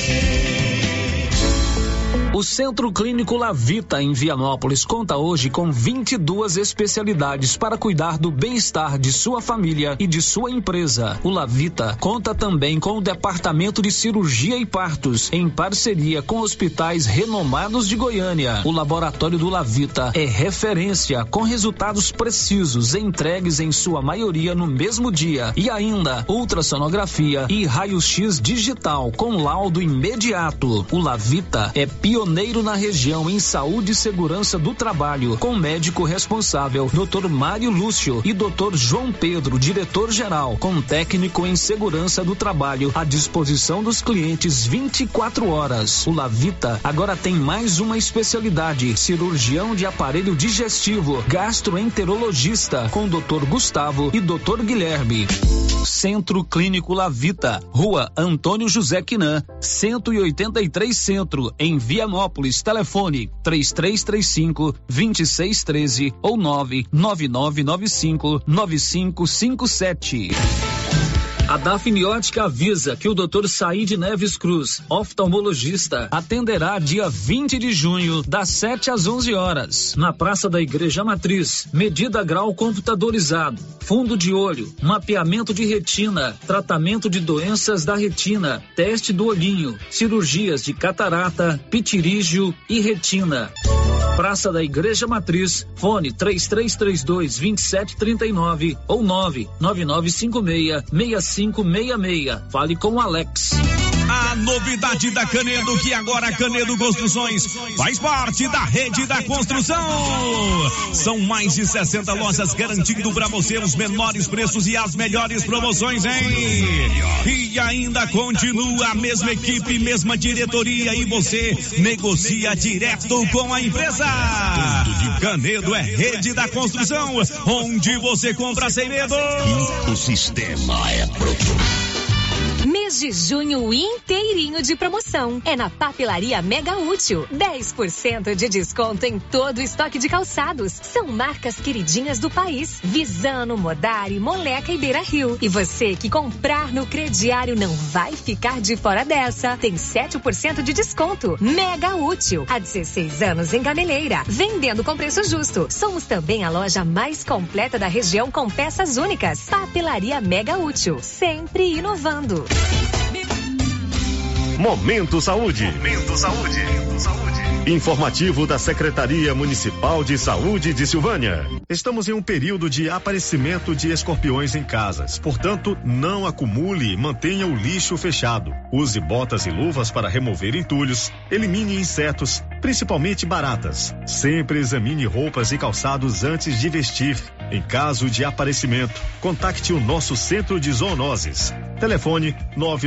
O Centro Clínico Lavita, em Vianópolis, conta hoje com 22 especialidades para cuidar do bem-estar de sua família e de sua empresa. O Lavita conta também com o Departamento de Cirurgia e Partos, em parceria com hospitais renomados de Goiânia. O Laboratório do Lavita é referência, com resultados precisos, entregues em sua maioria no mesmo dia. E ainda, ultrassonografia e raio-x digital, com laudo imediato. O Lavita é pioneiro na região em saúde e segurança do trabalho, com médico responsável Dr. Mário Lúcio e Dr. João Pedro, diretor-geral, com técnico em segurança do trabalho à disposição dos clientes 24 horas. O Lavita agora tem mais uma especialidade: cirurgião de aparelho digestivo, gastroenterologista, com Dr. Gustavo e Dr. Guilherme. Centro Clínico Lavita, Rua Antônio José Quinan, 183 Centro, em Vianópolis. Telefone 3335-2613 ou 99995-9557. A Dafniótica avisa que o Dr. Saíde Neves Cruz, oftalmologista, atenderá dia 20 de junho, das 7 às 11 horas, na Praça da Igreja Matriz. Medida grau computadorizado, fundo de olho, mapeamento de retina, tratamento de doenças da retina, teste do olhinho, cirurgias de catarata, pitirígio e retina. Praça da Igreja Matriz, fone 3332-2739 ou 99956-6566. Fale com o Alex. A novidade da Canedo, que agora a Canedo Construções faz parte da rede da construção. São mais de 60 lojas garantindo para você os menores preços e as melhores promoções, hein? E ainda continua a mesma equipe, mesma diretoria e você negocia direto com a empresa. Canedo é rede da construção, onde você compra sem medo. O sistema é pronto. Mês de junho inteirinho de promoção. É na Papelaria Mega Útil. 10% de desconto em todo o estoque de calçados. São marcas queridinhas do país. Visano, Modari, Moleca e Beira Rio. E você que comprar no crediário não vai ficar de fora dessa. Tem 7% de desconto. Mega Útil. Há 16 anos em Gameleira. Vendendo com preço justo. Somos também a loja mais completa da região com peças únicas. Papelaria Mega Útil. Sempre inovando. Momento Saúde. Momento Saúde. Informativo da Secretaria Municipal de Saúde de Silvânia. Estamos em um período de aparecimento de escorpiões em casas. Portanto, não acumule e mantenha o lixo fechado. Use botas e luvas para remover entulhos. Elimine insetos, principalmente baratas. Sempre examine roupas e calçados antes de vestir. Em caso de aparecimento, contacte o nosso centro de zoonoses. Telefone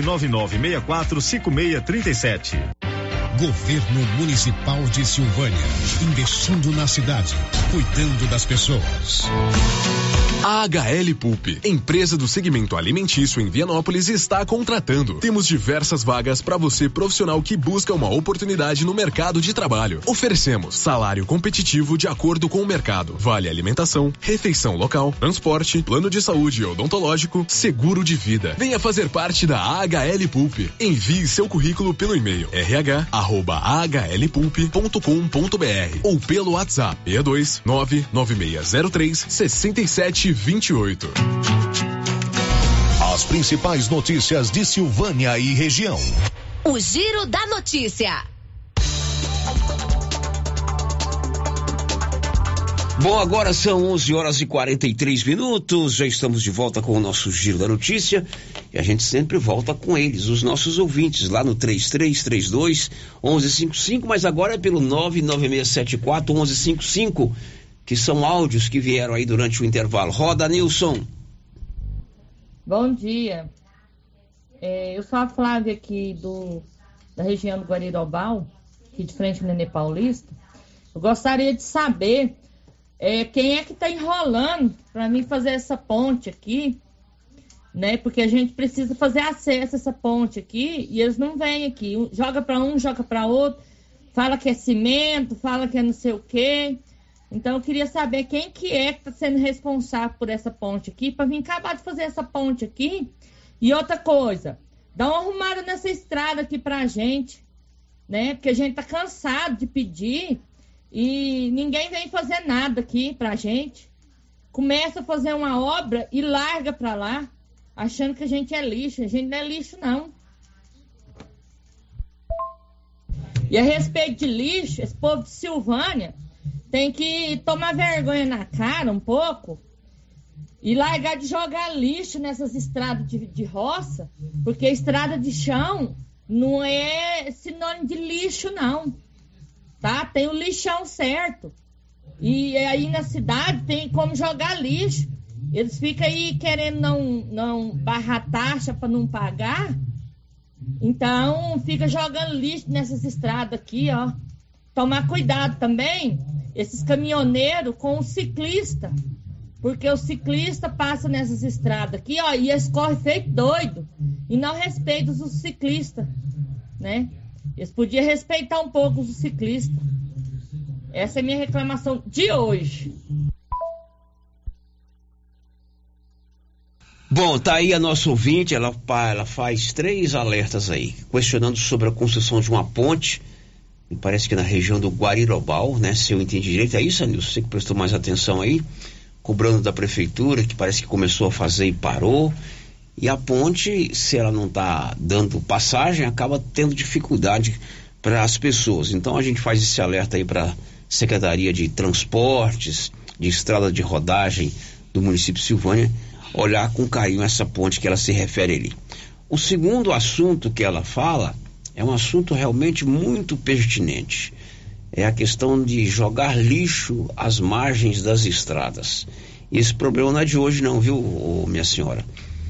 999645637. Governo Municipal de Silvânia, investindo na cidade, cuidando das pessoas. A HL Pulp, empresa do segmento alimentício em Vianópolis, está contratando. Temos diversas vagas para você profissional que busca uma oportunidade no mercado de trabalho. Oferecemos salário competitivo de acordo com o mercado, vale alimentação, refeição local, transporte, plano de saúde odontológico, seguro de vida. Venha fazer parte da HL Pulp. Envie seu currículo pelo e-mail rh@hlpulp.com.br ou pelo WhatsApp 62 99603 6728. As principais notícias de Silvânia e região. O Giro da Notícia. Bom, agora são 11h43. Já estamos de volta com o nosso Giro da Notícia. E a gente sempre volta com eles, os nossos ouvintes, lá no 3332-1155, mas agora é pelo 99674-1155, que são áudios que vieram aí durante o intervalo. Roda, Nilson. Bom dia. Eu sou a Flávia aqui da região do Guarirobal, aqui de frente ao Nenê Paulista. Eu gostaria de saber quem é que está enrolando para mim fazer essa ponte aqui, né? Porque a gente precisa fazer acesso a essa ponte aqui e eles não vêm aqui. Joga para um, joga para outro, fala que é cimento, fala que é não sei o quê. Então eu queria saber quem que está sendo responsável por essa ponte aqui, para vir acabar de fazer essa ponte aqui. E outra coisa, dá uma arrumada nessa estrada aqui pra gente, né? Porque a gente tá cansado de pedir e ninguém vem fazer nada aqui pra gente. Começa a fazer uma obra e larga pra lá, achando que a gente é lixo. A gente não é lixo, não. E a respeito de lixo, esse povo de Silvânia tem que tomar vergonha na cara um pouco e largar de jogar lixo nessas estradas de roça, porque a estrada de chão não é sinônimo de lixo, não. Tá? Tem o lixão certo. E aí na cidade tem como jogar lixo. Eles ficam aí querendo não barrar taxa para não pagar. Então fica jogando lixo nessas estradas aqui, ó. Tomar cuidado também, esses caminhoneiros com o ciclista, porque o ciclista passa nessas estradas aqui, ó, e eles correm feito doido e não respeitam os ciclistas, né? Eles podiam respeitar um pouco os ciclistas. Essa é a minha reclamação de hoje. Bom, tá aí a nossa ouvinte, ela faz 3 alertas aí, questionando sobre a construção de uma ponte, me parece que na região do Guarirobal, né, se eu entendi direito, é isso, Anilson? Você que prestou mais atenção aí, cobrando da prefeitura, que parece que começou a fazer e parou, e a ponte, se ela não tá dando passagem, acaba tendo dificuldade para as pessoas. Então a gente faz esse alerta aí para Secretaria de Transportes, de Estrada de Rodagem do município de Silvânia, olhar com carinho essa ponte que ela se refere ali. O segundo assunto que ela fala é um assunto realmente muito pertinente. É a questão de jogar lixo às margens das estradas. Esse problema não é de hoje não, viu, minha senhora?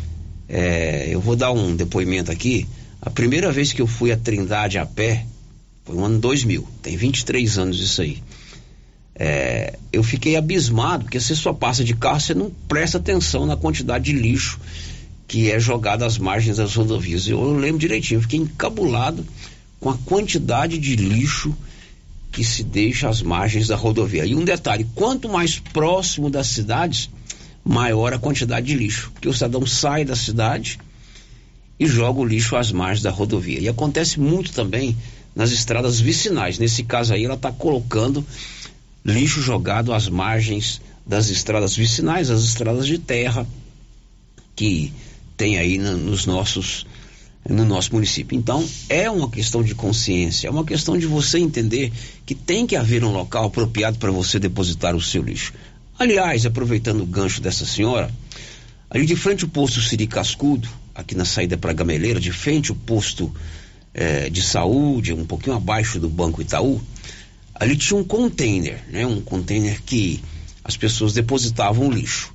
Eu vou dar um depoimento aqui. A primeira vez que eu fui a Trindade a pé foi no ano 2000, tem 23 anos isso aí. Eu fiquei abismado, porque você só passa de carro, você não presta atenção na quantidade de lixo que é jogado às margens das rodovias. Eu lembro direitinho, eu fiquei encabulado com a quantidade de lixo que se deixa às margens da rodovia. E um detalhe, quanto mais próximo das cidades, maior a quantidade de lixo, porque o cidadão sai da cidade e joga o lixo às margens da rodovia. E acontece muito também nas estradas vicinais. Nesse caso aí, ela está colocando lixo jogado às margens das estradas vicinais, as estradas de terra que tem aí no nosso município. Então, é uma questão de consciência, é uma questão de você entender que tem que haver um local apropriado para você depositar o seu lixo. Aliás, aproveitando o gancho dessa senhora, ali de frente ao posto Siri Cascudo, aqui na saída para Gameleira, de frente ao posto de saúde, um pouquinho abaixo do Banco Itaú, ali tinha um container, né? Um container que as pessoas depositavam lixo.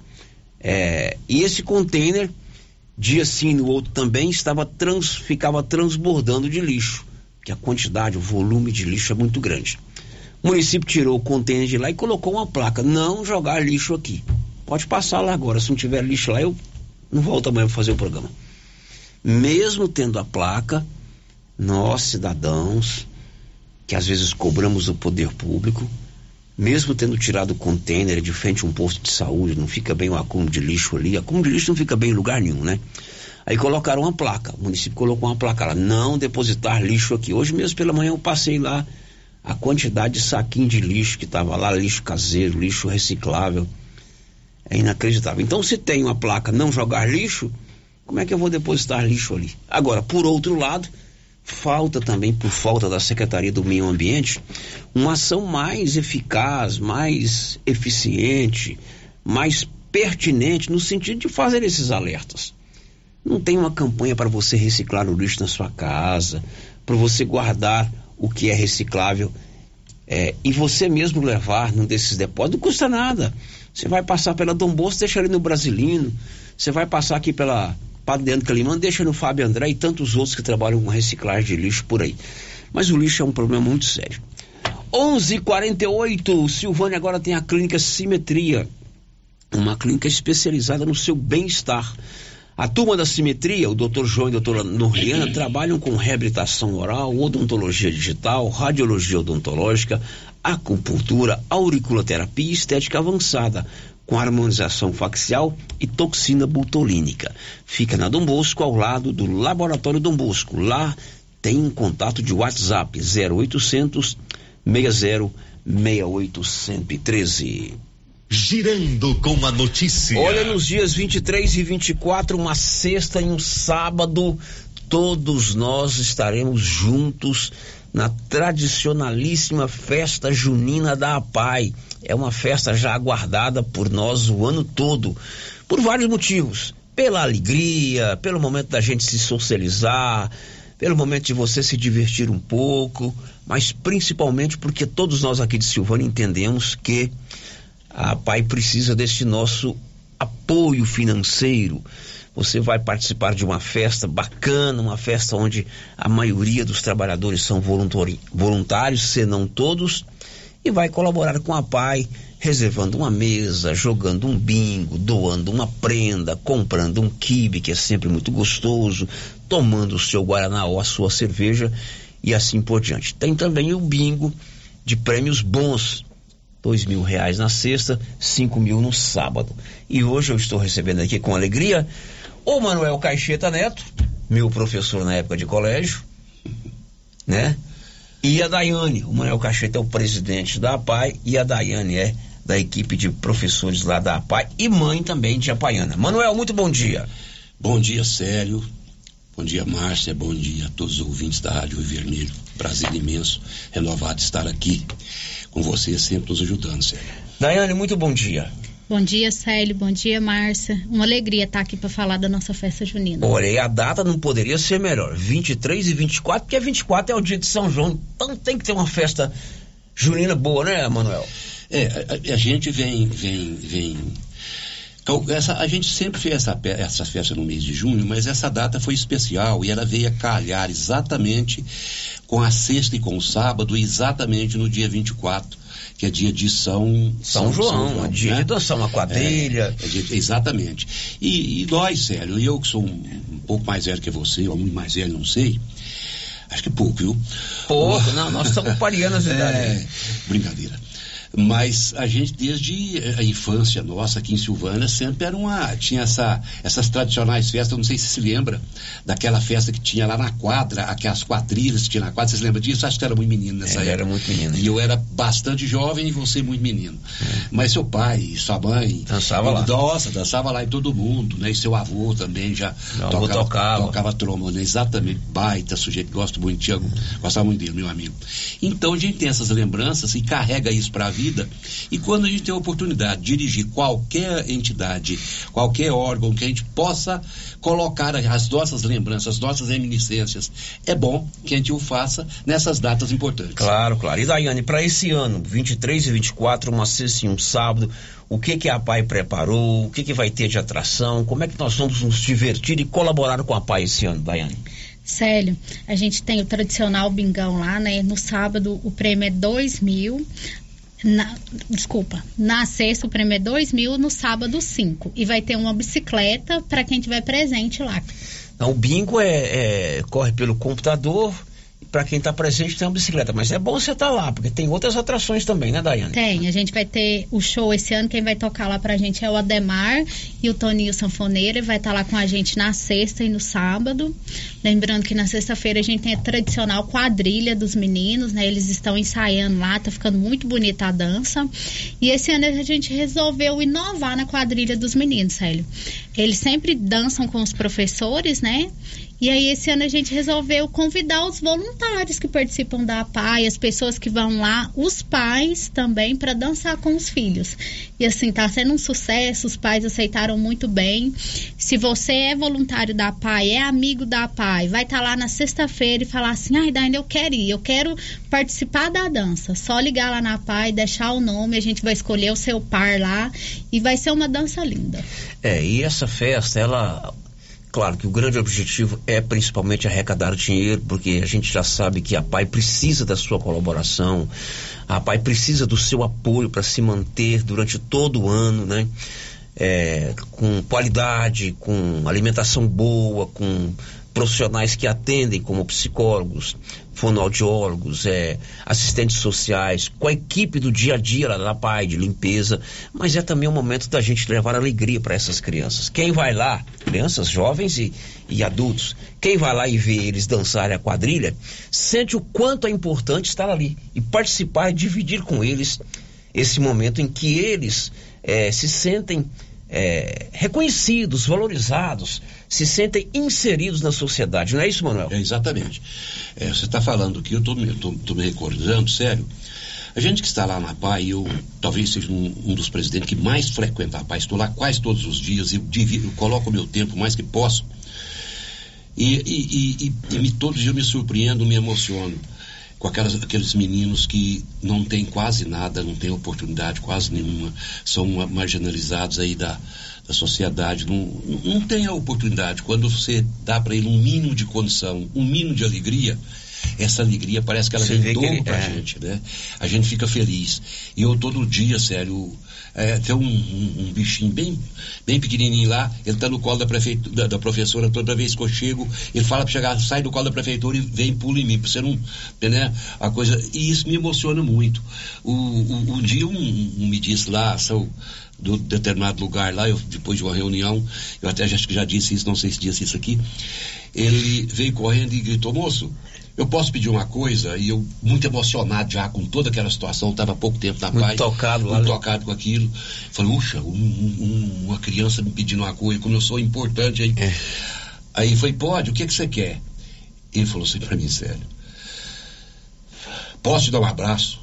E esse container, dia sim no outro também, ficava transbordando de lixo, que a quantidade, o volume de lixo é muito grande. O município tirou o container de lá e colocou uma placa: não jogar lixo aqui. Pode passar lá agora, se não tiver lixo lá, eu não volto amanhã para fazer o programa. Mesmo tendo a placa, nós, cidadãos, que às vezes cobramos do poder público, mesmo tendo tirado o container de frente a um posto de saúde, não fica bem o acúmulo de lixo ali, acúmulo de lixo não fica bem em lugar nenhum, né? Aí colocaram uma placa, o município colocou uma placa lá: não depositar lixo aqui. Hoje mesmo pela manhã eu passei lá, a quantidade de saquinho de lixo que estava lá, lixo caseiro, lixo reciclável, é inacreditável. Então, se tem uma placa não jogar lixo, como é que eu vou depositar lixo ali? Agora, por outro lado, falta também, por falta da Secretaria do Meio Ambiente, uma ação mais eficaz, mais eficiente, mais pertinente, no sentido de fazer esses alertas. Não tem uma campanha para você reciclar o lixo na sua casa, para você guardar o que é reciclável, e você mesmo levar num desses depósitos. Não custa nada. Você vai passar pela Dom Bosco, deixa ali no Brasilino. Você vai passar aqui pela Padre Leandro Calimã, deixa no Fábio André e tantos outros que trabalham com reciclagem de lixo por aí. Mas o lixo é um problema muito sério. 11h48, Silvânia agora tem a clínica Simetria, uma clínica especializada no seu bem-estar. A turma da Simetria, o Dr. João e a doutora Norliana, trabalham com reabilitação oral, odontologia digital, radiologia odontológica, acupuntura, auriculoterapia e estética avançada, com harmonização facial e toxina botulínica. Fica na Dom Bosco, ao lado do Laboratório Dom Bosco. Lá tem um contato de WhatsApp 0800 60 68 113. Girando com a notícia. Olha, nos dias 23 e 24, uma sexta e um sábado, todos nós estaremos juntos na tradicionalíssima festa junina da APAI. É uma festa já aguardada por nós o ano todo, por vários motivos. Pela alegria, pelo momento da gente se socializar, pelo momento de você se divertir um pouco, mas principalmente porque todos nós aqui de Silvânia entendemos que a APAI precisa desse nosso apoio financeiro. Você vai participar de uma festa bacana, uma festa onde a maioria dos trabalhadores são voluntários, se não todos, e vai colaborar com a APAI, reservando uma mesa, jogando um bingo, doando uma prenda, comprando um quibe, que é sempre muito gostoso, tomando o seu guaraná ou a sua cerveja e assim por diante. Tem também o bingo de prêmios bons. R$2.000 na sexta, 5.000 no sábado. E hoje eu estou recebendo aqui com alegria o Manuel Caixeta Neto, meu professor na época de colégio, né? E a Daiane. O Manuel Caixeta é o presidente da APAI e a Daiane é da equipe de professores lá da APAI e mãe também de Apaiana. Manuel, muito bom dia. Bom dia, Célio. Bom dia, Márcia. Bom dia a todos os ouvintes da Rádio Rio Vermelho. Prazer imenso, renovado estar aqui com você, sempre nos ajudando, Célio. Daiane, muito bom dia. Bom dia, Célio. Bom dia, Márcia. Uma alegria estar aqui para falar da nossa festa junina. Olha, e a data não poderia ser melhor. 23 e 24, porque 24 é o dia de São João. Então tem que ter uma festa junina boa, né, Manuel? A gente vem a gente sempre fez essa festa no mês de junho, mas essa data foi especial e ela veio a calhar exatamente com a sexta e com o sábado, exatamente no dia 24, que é dia de São João, dia, né? De dançar uma quadrilha. Exatamente. E nós, Célio, eu que sou um pouco mais velho que você, ou muito mais velho, não sei, acho que pouco, viu? Pouco, não, nós estamos pareando as idades. Brincadeira. Mas a gente, desde a infância nossa aqui em Silvânia, sempre tinha essas tradicionais festas. Não sei se lembra daquela festa que tinha lá na quadra, aquelas quadrilhas que tinha na quadra. Vocês lembram disso? Acho que era muito menino nessa época. Era muito menino. E eu era bastante jovem e você muito menino. Mas seu pai e sua mãe dançava lá. Nossa, dançava lá em todo mundo, né? E seu avô também já tocava tromba, né? Exatamente, baita sujeito, gosto muito, Tiago, gostava muito dele, meu amigo. Então a gente tem essas lembranças e carrega isso pra vida. E quando a gente tem a oportunidade de dirigir qualquer entidade, qualquer órgão que a gente possa colocar as nossas lembranças, as nossas reminiscências, é bom que a gente o faça nessas datas importantes. Claro. E Daiane, para esse ano, 23 e 24, uma sexta e um sábado, o que a APAI preparou, o que vai ter de atração, como é que nós vamos nos divertir e colaborar com a APAI esse ano, Daiane? Célio, a gente tem o tradicional bingão lá, né? No sábado o prêmio é 2.000. Na sexta o prêmio é 2.000, no sábado 5. E vai ter uma bicicleta para quem tiver presente lá. Então, o bingo corre pelo computador. Para quem está presente tem uma bicicleta, mas é bom você estar lá, porque tem outras atrações também, né, Daiane? Tem, a gente vai ter o show esse ano, quem vai tocar lá pra gente é o Ademar e o Toninho Sanfoneiro, vai estar lá com a gente na sexta e no sábado. Lembrando que na sexta-feira a gente tem a tradicional quadrilha dos meninos, né, eles estão ensaiando lá, tá ficando muito bonita a dança. E esse ano a gente resolveu inovar na quadrilha dos meninos, Célio. Eles sempre dançam com os professores, né? E aí esse ano a gente resolveu convidar os voluntários que participam da APAI, as pessoas que vão lá, os pais também, para dançar com os filhos. E assim, tá sendo um sucesso, os pais aceitaram muito bem. Se você é voluntário da APAI, é amigo da APAI, vai estar lá na sexta-feira e falar assim, ai, Daiane, eu quero ir, eu quero participar da dança. Só ligar lá na APAI, deixar o nome, a gente vai escolher o seu par lá e vai ser uma dança linda. E essa festa, claro que o grande objetivo é principalmente arrecadar dinheiro, porque a gente já sabe que a APAI precisa da sua colaboração, a APAI precisa do seu apoio para se manter durante todo o ano, né? Com qualidade, com alimentação boa, com profissionais que atendem como psicólogos, fonoaudiólogos, assistentes sociais, com a equipe do dia a dia lá da APAI, de limpeza, mas é também um momento da gente levar alegria para essas crianças. Quem vai lá, crianças, jovens e adultos, quem vai lá e vê eles dançarem a quadrilha, sente o quanto é importante estar ali e participar e dividir com eles esse momento em que eles se sentem reconhecidos, valorizados, se sentem inseridos na sociedade, não é isso, Manuel? Exatamente. Você está falando aqui, eu estou me recordando, sério. A gente que está lá na APAI, eu talvez seja um dos presidentes que mais frequenta a APAI, estou lá quase todos os dias, eu coloco o meu tempo o mais que posso. E todos os dias eu me surpreendo, me emociono com aqueles meninos que não têm quase nada, não têm oportunidade quase nenhuma, são marginalizados aí da sociedade, não tem a oportunidade. Quando você dá para ele um mínimo de condição, um mínimo de alegria, essa alegria parece que ela vem em dobro pra gente, né? A gente fica feliz. E eu todo dia, sério, tem um bichinho bem pequenininho lá, ele tá no colo da prefeitura, da professora, toda vez que eu chego, ele fala pra chegar, sai do colo da prefeitura e vem, pula em mim, pra você não, né, a coisa, e isso me emociona muito. Um dia um me disse lá, do determinado lugar lá, depois de uma reunião, eu até acho que já disse isso, não sei se disse isso aqui, ele veio correndo e gritou, moço, eu posso pedir uma coisa? E eu, muito emocionado já com toda aquela situação, estava há pouco tempo na paz. Muito tocado com aquilo. Falei, uxa, uma criança me pedindo uma coisa, como eu sou importante. Aí falei, pode, o que você quer? Ele falou assim pra mim, sério, posso te dar um abraço?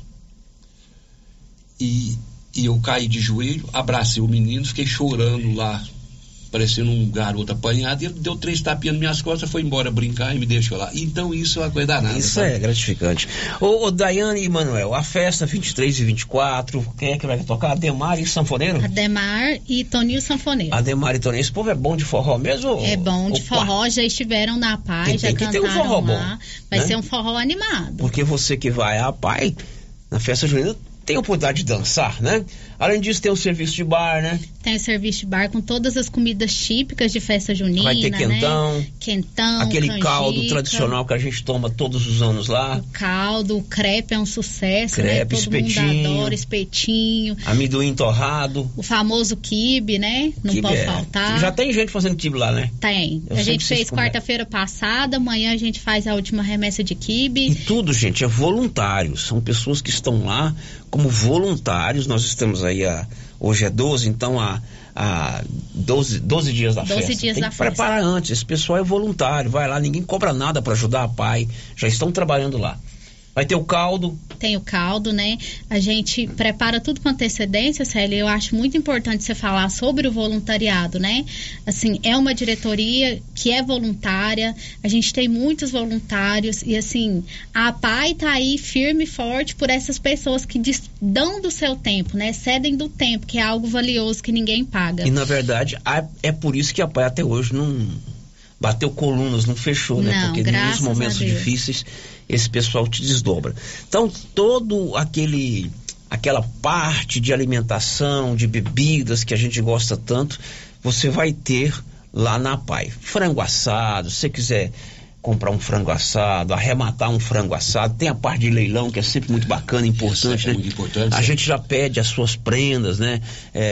E eu caí de joelho, abracei o menino, fiquei chorando lá, parecendo um garoto apanhado, e ele deu 3 tapinhas nas minhas costas, foi embora brincar e me deixou lá. Então isso é uma coisa danada. Isso sabe? É gratificante. Ô Daiane e Manuel, a festa 23 e 24, quem é que vai tocar? Ademar e Sanfoneiro? Ademar e Toninho Sanfoneiro. Ademar e Toninho, esse povo é bom de forró mesmo? É bom de forró, já estiveram na PAI, já cantaram ter um forró lá. Bom, vai ser um forró animado. Porque você que vai à PAI, na festa junina, tem a oportunidade de dançar, né? Além disso, tem o serviço de bar, né? Tem o serviço de bar com todas as comidas típicas de festa junina, vai ter quentão, né? Quentão, aquele canjica, caldo tradicional que a gente toma todos os anos lá. O caldo, o crepe é um sucesso, crepe, né? Todo mundo adora, espetinho. Amendoim torrado. O famoso quibe, né? Não quibe pode faltar. Já tem gente fazendo quibe lá, né? Tem. A gente fez quarta-feira passada, amanhã a gente faz a última remessa de quibe. E tudo, gente, é voluntário. São pessoas que estão lá como voluntários. Nós estamos aí hoje é 12, então há 12 dias da festa. Tem que preparar antes. Esse pessoal é voluntário, vai lá, ninguém cobra nada para ajudar a PAI, já estão trabalhando lá. Vai ter o caldo. Tem o caldo, né? A gente prepara tudo com antecedência, Célia. Eu acho muito importante você falar sobre o voluntariado, né? Assim, é uma diretoria que é voluntária. A gente tem muitos voluntários e, assim, a PAI tá aí firme e forte por essas pessoas que dão do seu tempo, né? Cedem do tempo, que é algo valioso que ninguém paga. E, na verdade, é por isso que a PAI até hoje não bateu colunas, não fechou, né? Não, porque nos momentos difíceis esse pessoal te desdobra. Então, todo aquela parte de alimentação, de bebidas que a gente gosta tanto, você vai ter lá na PAI. Frango assado, se você quiser comprar um frango assado, arrematar um frango assado, tem a parte de leilão que é sempre muito bacana, importante, né? Muito importante. A gente já pede as suas prendas, né?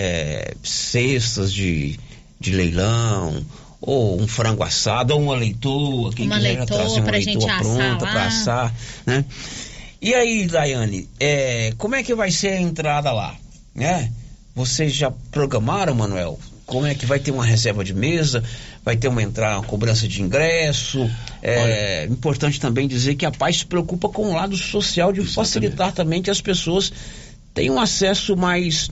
Cestas de leilão, ou um frango assado, ou uma leitoa, quem quiser já trazer uma leitoa pronta para assar, né? E aí, Daiane, como é que vai ser a entrada lá, né? Vocês já programaram, Manuel? Como é que vai ter uma reserva de mesa? Vai ter uma cobrança de ingresso? É importante também dizer que a PAI se preocupa com o lado social de facilitar também que as pessoas tenham acesso mais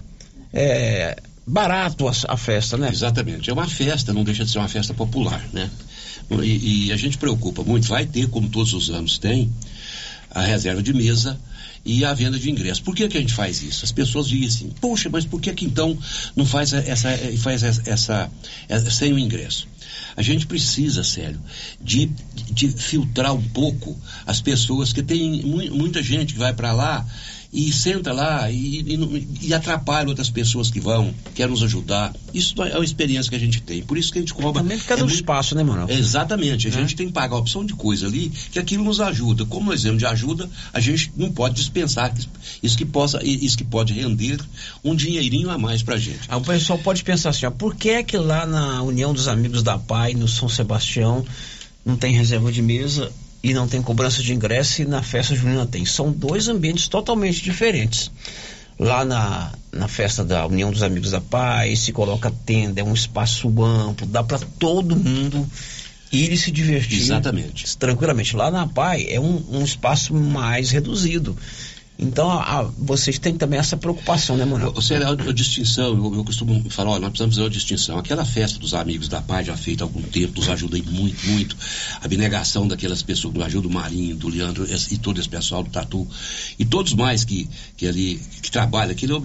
barato a festa, né? Exatamente, é uma festa, não deixa de ser uma festa popular, né? E a gente preocupa muito, vai ter, como todos os anos tem, a reserva de mesa e a venda de ingresso. Por que a gente faz isso? As pessoas dizem assim, poxa, mas por que então não faz essa sem o ingresso? A gente precisa, sério, de filtrar um pouco as pessoas, que tem muita gente que vai para lá e senta lá e atrapalha outras pessoas que vão, querem nos ajudar. Isso é uma experiência que a gente tem. Por isso que a gente cobra. Também por causa do espaço, né, Manuel? Exatamente. A gente tem que pagar a opção de coisa ali, que aquilo nos ajuda. Como exemplo de ajuda, a gente não pode dispensar isso que pode render um dinheirinho a mais pra gente. O pessoal pode pensar assim, por que é que lá na União dos Amigos da PAI, no São Sebastião, não tem reserva de mesa e não tem cobrança de ingresso, e na festa junina tem? São dois ambientes totalmente diferentes. Lá na festa da União dos Amigos da PAI se coloca tenda, é um espaço amplo, dá para todo mundo ir e se divertir. Exatamente. Tranquilamente. Lá na PAI é um espaço mais reduzido. Então, vocês têm também essa preocupação, né, Manuel? A distinção, eu costumo falar, olha, nós precisamos fazer uma distinção. Aquela festa dos amigos da PAI, já feita há algum tempo, nos ajuda muito, muito. A abnegação daquelas pessoas, nos ajuda o Marinho, do Leandro e todo esse pessoal do Tatu. E todos mais que ali, que trabalham. Aquilo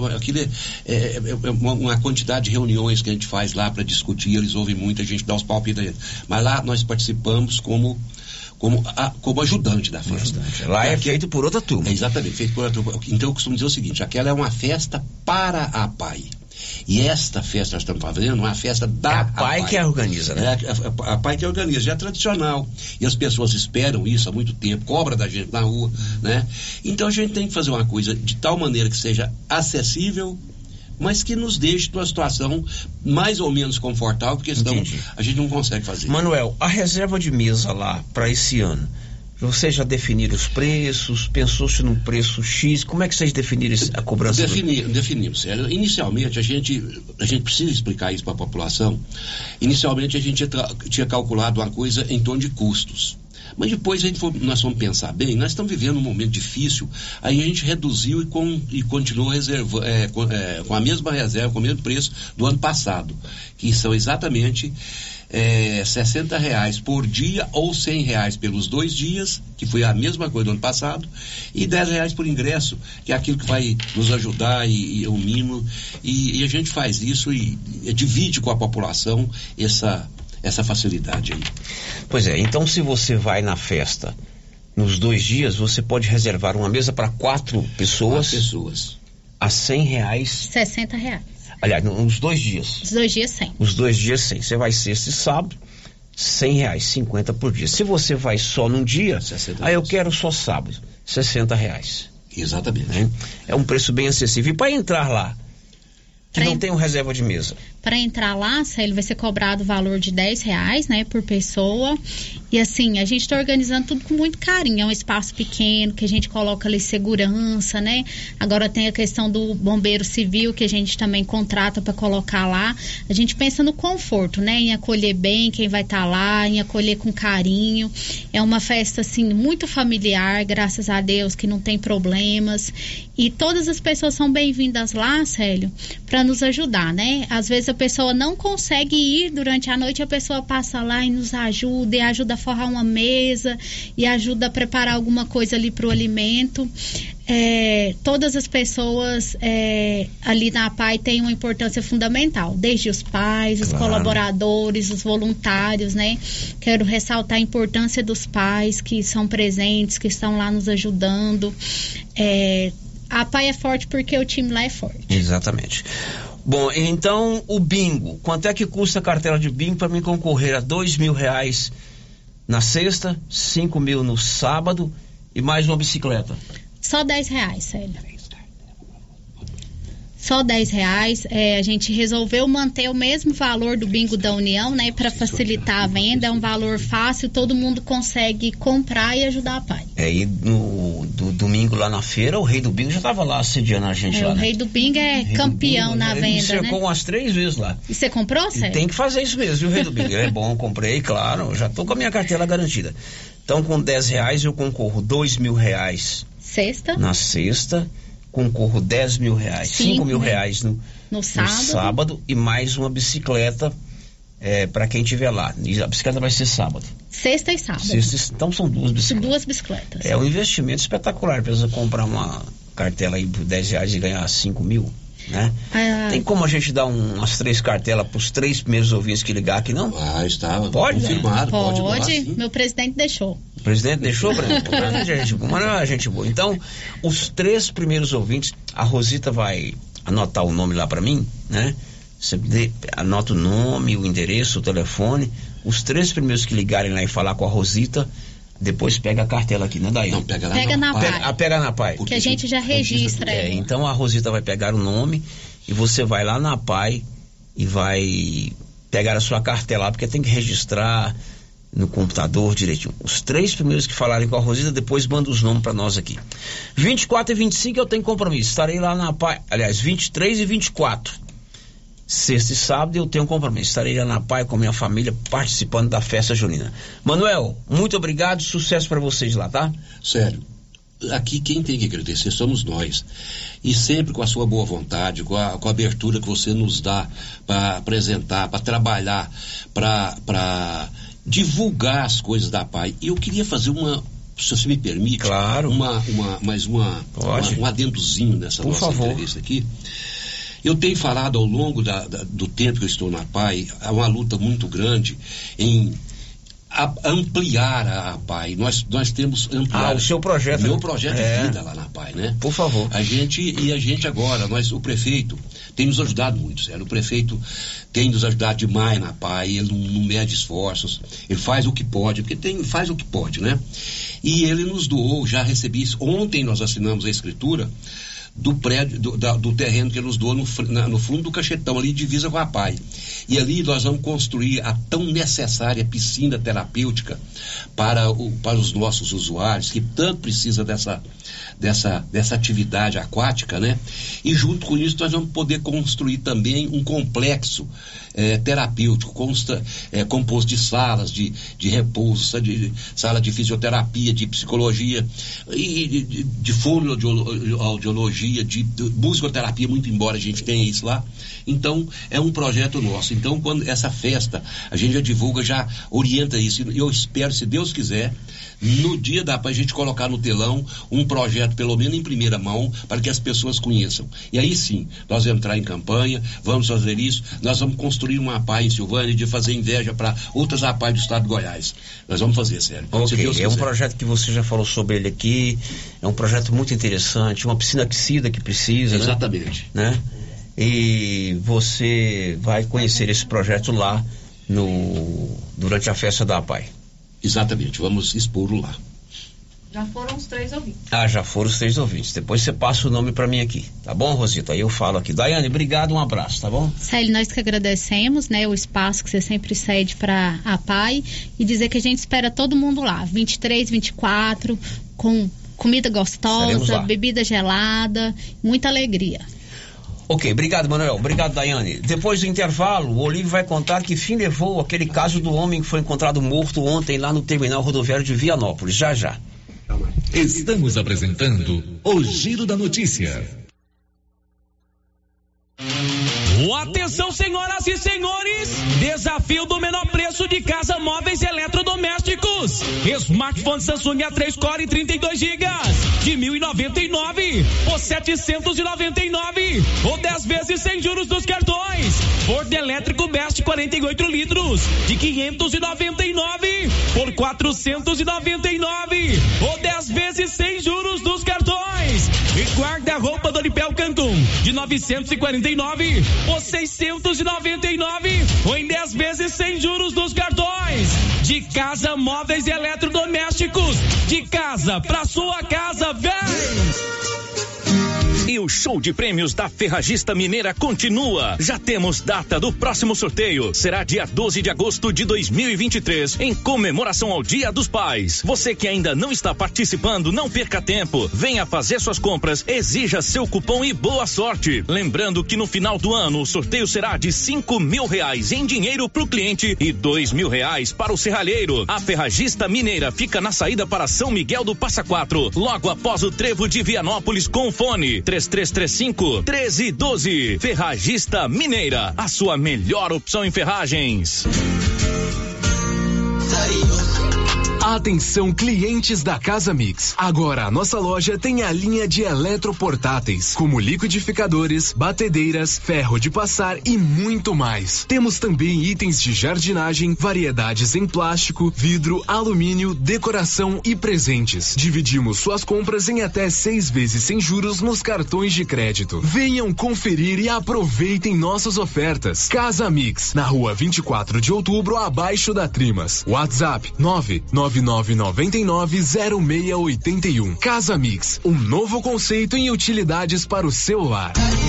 é uma quantidade de reuniões que a gente faz lá para discutir, eles ouvem muito, a gente dá os palpites. Mas lá nós participamos como como ajudante da festa. Lá é feito por outra turma. Exatamente, feito por outra turma. Então eu costumo dizer o seguinte, aquela é uma festa para a PAI. E esta festa que nós estamos fazendo é uma festa da PAI que organiza, né? A PAI que organiza, já é tradicional. E as pessoas esperam isso há muito tempo, cobra da gente na rua, né? Então a gente tem que fazer uma coisa de tal maneira que seja acessível, mas que nos deixe numa situação mais ou menos confortável, porque senão a gente não consegue fazer. Manuel, a reserva de mesa lá para esse ano, vocês já definiram os preços? Pensou-se num preço X? Como é que vocês definiram a cobrança? Definimos. Inicialmente, a gente precisa explicar isso para a população. Inicialmente, a gente tinha calculado uma coisa em torno de custos. Mas depois nós fomos pensar bem, nós estamos vivendo um momento difícil, aí a gente reduziu e continuou com a mesma reserva, com o mesmo preço do ano passado, que são exatamente R$60 por dia ou R$100 pelos 2 dias, que foi a mesma coisa do ano passado, e R$10 por ingresso, que é aquilo que vai nos ajudar e o mínimo, e a gente faz isso e divide com a população essa facilidade aí. Pois é, então se você vai na festa nos 2 dias, você pode reservar uma mesa para 4 pessoas. 4 pessoas. A R$100. R$60. Aliás, nos 2 dias. Os 2 dias 100. Os 2 dias 100. Você vai sexta e sábado, R$100, 50 por dia. Se você vai só num dia, eu quero só sábado, R$60. Exatamente. Né? É um preço bem acessível. E para entrar lá, que não tem reserva de mesa? Para entrar lá, ele vai ser cobrado o valor de R$10, né, por pessoa. E assim, a gente está organizando tudo com muito carinho. É um espaço pequeno, que a gente coloca ali segurança, né? Agora tem a questão do bombeiro civil, que a gente também contrata para colocar lá. A gente pensa no conforto, né? Em acolher bem quem vai estar lá, em acolher com carinho. É uma festa, assim, muito familiar, graças a Deus, que não tem problemas. E todas as pessoas são bem-vindas lá, Célio, para nos ajudar, né? Às vezes a pessoa não consegue ir durante a noite, a pessoa passa lá e nos ajuda, e ajuda a forrar uma mesa, e ajuda a preparar alguma coisa ali para o alimento. Todas as pessoas ali na PAI têm uma importância fundamental, desde os pais, os colaboradores, os voluntários, né? Quero ressaltar a importância dos pais que são presentes, que estão lá nos ajudando. A PAI é forte porque o time lá é forte. Exatamente. Bom, então o bingo, quanto é que custa a cartela de bingo para mim concorrer a R$2.000 na sexta, 5 mil no sábado e mais uma bicicleta? Só R$10, Célio. Só R$10. A gente resolveu manter o mesmo valor do bingo da União, né? Para facilitar a venda. É um valor fácil, todo mundo consegue comprar e ajudar a PAI. E no domingo lá na feira, o Rei do Bingo já estava lá assediando a gente lá. O Rei do Bingo é campeão bingo, na venda, né? Ele cercou umas 3 vezes lá. E você comprou, Célio? Tem que fazer isso mesmo, viu, o Rei do Bingo? Ele é bom, comprei, claro, já tô com a minha cartela garantida. Então, com R$10 eu concorro R$2.000 na sexta, concorro R$10.000, 5 mil reais no sábado e mais uma bicicleta para quem estiver lá. E a bicicleta vai ser sábado. Sexta e sábado. Então são 2 bicicletas. 2 bicicletas. É um investimento espetacular. Precisa comprar uma cartela aí por R$10 e ganhar 5 mil, né? Tem como a gente dar umas 3 cartelas para os 3 primeiros ouvintes que ligar aqui, não? Está pode, confirmado. Pode. Meu presidente deixou. O presidente deixou, Breno? Mas não é gente boa. Então, os 3 primeiros ouvintes, a Rosita vai anotar o nome lá para mim, né? Você anota o nome, o endereço, o telefone. Os 3 primeiros que ligarem lá e falar com a Rosita, depois pega a cartela aqui, né, Daí? Não, pega lá na PAI. Pega na PAI. Que a gente já registra. Então a Rosita vai pegar o nome e você vai lá na PAI e vai pegar a sua cartela lá, porque tem que registrar no computador direitinho. Os 3 primeiros que falarem com a Rosita, depois manda os nomes para nós aqui. 24 e 25 eu tenho compromisso. Estarei lá na PAI. Aliás, 23 e 24. Sexta e sábado eu tenho compromisso. Estarei lá na PAI com a minha família participando da festa junina. Manuel, muito obrigado, sucesso para vocês lá, tá? Sério. Aqui quem tem que agradecer somos nós. E sempre com a sua boa vontade, com a abertura que você nos dá para apresentar, para trabalhar, para divulgar as coisas da PAI. E eu queria fazer se você me permite, claro, um adendozinho nessa nossa entrevista aqui. Eu tenho falado ao longo do tempo que eu estou na PAI, há uma luta muito grande em ampliar a APAI. Nós temos ampliar. O seu projeto. Meu projeto de vida lá na APAI, né? Por favor. A gente agora, o prefeito tem nos ajudado muito, sério. O prefeito tem nos ajudado demais na APAI, ele não mede esforços, ele faz o que pode, porque faz o que pode, né? E ele nos doou, já recebi isso, ontem nós assinamos a escritura do prédio, do terreno que ele nos doou no fundo do Cachetão, ali divisa com a APAI. E ali nós vamos construir a tão necessária piscina terapêutica para os nossos usuários, que tanto precisa dessa atividade aquática, né? E junto com isso nós vamos poder construir também um complexo terapêutico, composto de salas de repouso, sala de fisioterapia, de psicologia, e de fonoaudiologia, de musicoterapia, muito embora a gente tenha isso lá. Então, é um projeto nosso. Então, quando essa festa, a gente já divulga, já orienta isso. E eu espero, se Deus quiser, no dia da APAI, a gente colocar no telão um projeto, pelo menos em primeira mão, para que as pessoas conheçam. E aí sim, nós vamos entrar em campanha, vamos fazer isso, nós vamos construir uma APAI em Silvânia, de fazer inveja para outras APAI do estado de Goiás. Nós vamos fazer, sério. Ok, um projeto que você já falou sobre ele aqui, é um projeto muito interessante, uma piscina aquecida que precisa, exatamente, né? E você vai conhecer esse projeto lá durante a festa da APAI. Exatamente, vamos expor lá. Já foram os 3 ouvintes. Já foram os 3 ouvintes. Depois você passa o nome pra mim aqui, tá bom, Rosita? Aí eu falo aqui. Daiane, obrigado, um abraço, tá bom? Célio, nós que agradecemos, né, o espaço que você sempre cede pra APAI e dizer que a gente espera todo mundo lá, 23, 24, com comida gostosa, bebida gelada, muita alegria. Ok, obrigado, Manuel. Obrigado, Daiane. Depois do intervalo, o Olívio vai contar que fim levou aquele caso do homem que foi encontrado morto ontem lá no terminal rodoviário de Vianópolis. Já. Estamos apresentando o Giro da Notícia. Atenção, senhoras e senhores, desafio do menor preço de casa, móveis e eletrodomésticos. Smartphone Samsung A3 Core 32 GB de 1.099 por 799 ou 10 vezes sem juros dos cartões. Forno elétrico Best 48 litros de 599 por 499 ou 10 vezes sem juros dos cartões. E guarda-roupa Doripel Cancun de 949 por 699 ou em 10 vezes sem juros dos cartões. De casa, móveis e eletrodomésticos. De casa pra sua casa, vem! E o show de prêmios da Ferragista Mineira continua. Já temos data do próximo sorteio. Será dia 12 de agosto de 2023, em comemoração ao Dia dos Pais. Você que ainda não está participando, não perca tempo. Venha fazer suas compras, exija seu cupom e boa sorte. Lembrando que no final do ano o sorteio será de R$5.000 em dinheiro pro cliente e R$2.000 para o serralheiro. A Ferragista Mineira fica na saída para São Miguel do Passa Quatro, logo após o trevo de Vianópolis, com fone 3335-1312. Ferragista Mineira, a sua melhor opção em ferragens. Atenção, clientes da Casa Mix. Agora a nossa loja tem a linha de eletroportáteis, como liquidificadores, batedeiras, ferro de passar e muito mais. Temos também itens de jardinagem, variedades em plástico, vidro, alumínio, decoração e presentes. Dividimos suas compras em até 6 vezes sem juros nos cartões de crédito. Venham conferir e aproveitem nossas ofertas. Casa Mix, na rua 24 de outubro, abaixo da Trimas. WhatsApp 999990681. Casa Mix, um novo conceito em utilidades para o seu lar.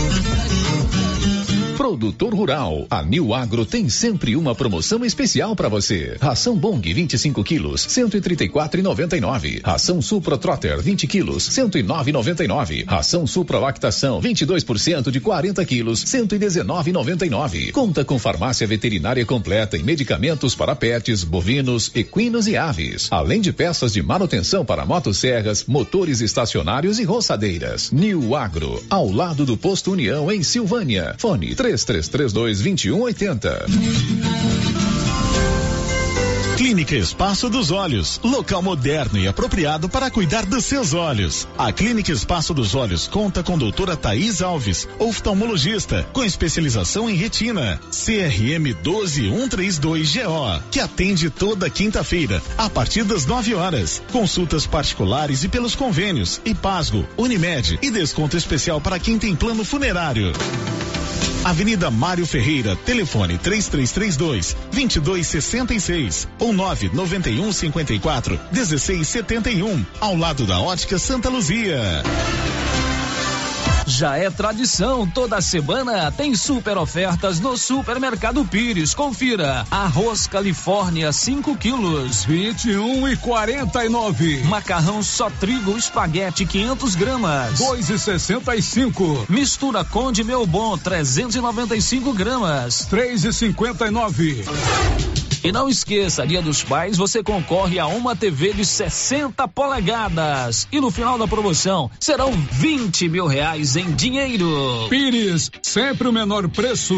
Produtor Rural, a New Agro tem sempre uma promoção especial para você. Ração Bong 25 quilos, 134,99. Ração Supra Trotter 20 quilos, 109,99. Ração Supra Lactação 22% de 40 quilos, 119,99. Conta com farmácia veterinária completa e medicamentos para pets, bovinos, equinos e aves, além de peças de manutenção para motosserras, motores estacionários e roçadeiras. New Agro, ao lado do Posto União em Silvânia. Fone 3332-2180. Clínica Espaço dos Olhos, local moderno e apropriado para cuidar dos seus olhos. A Clínica Espaço dos Olhos conta com doutora Thaís Alves, oftalmologista, com especialização em retina, CRM 12132GO, que atende toda quinta-feira, a partir das 9 horas. Consultas particulares e pelos convênios, IPASGO, Unimed e desconto especial para quem tem plano funerário. Avenida Mário Ferreira, telefone 3332-2266 ou 99154-1671, ao lado da Ótica Santa Luzia. Já é tradição, toda semana tem super ofertas no Supermercado Pires. Confira: arroz Califórnia 5 quilos, 21,49. Macarrão só trigo espaguete 500 gramas, 2,65. Mistura Conde Meu Bom 395 gramas, 3,59. E não esqueça, Dia dos Pais, você concorre a uma TV de 60 polegadas. E no final da promoção, serão 20 mil reais em dinheiro. Pires, sempre o menor preço.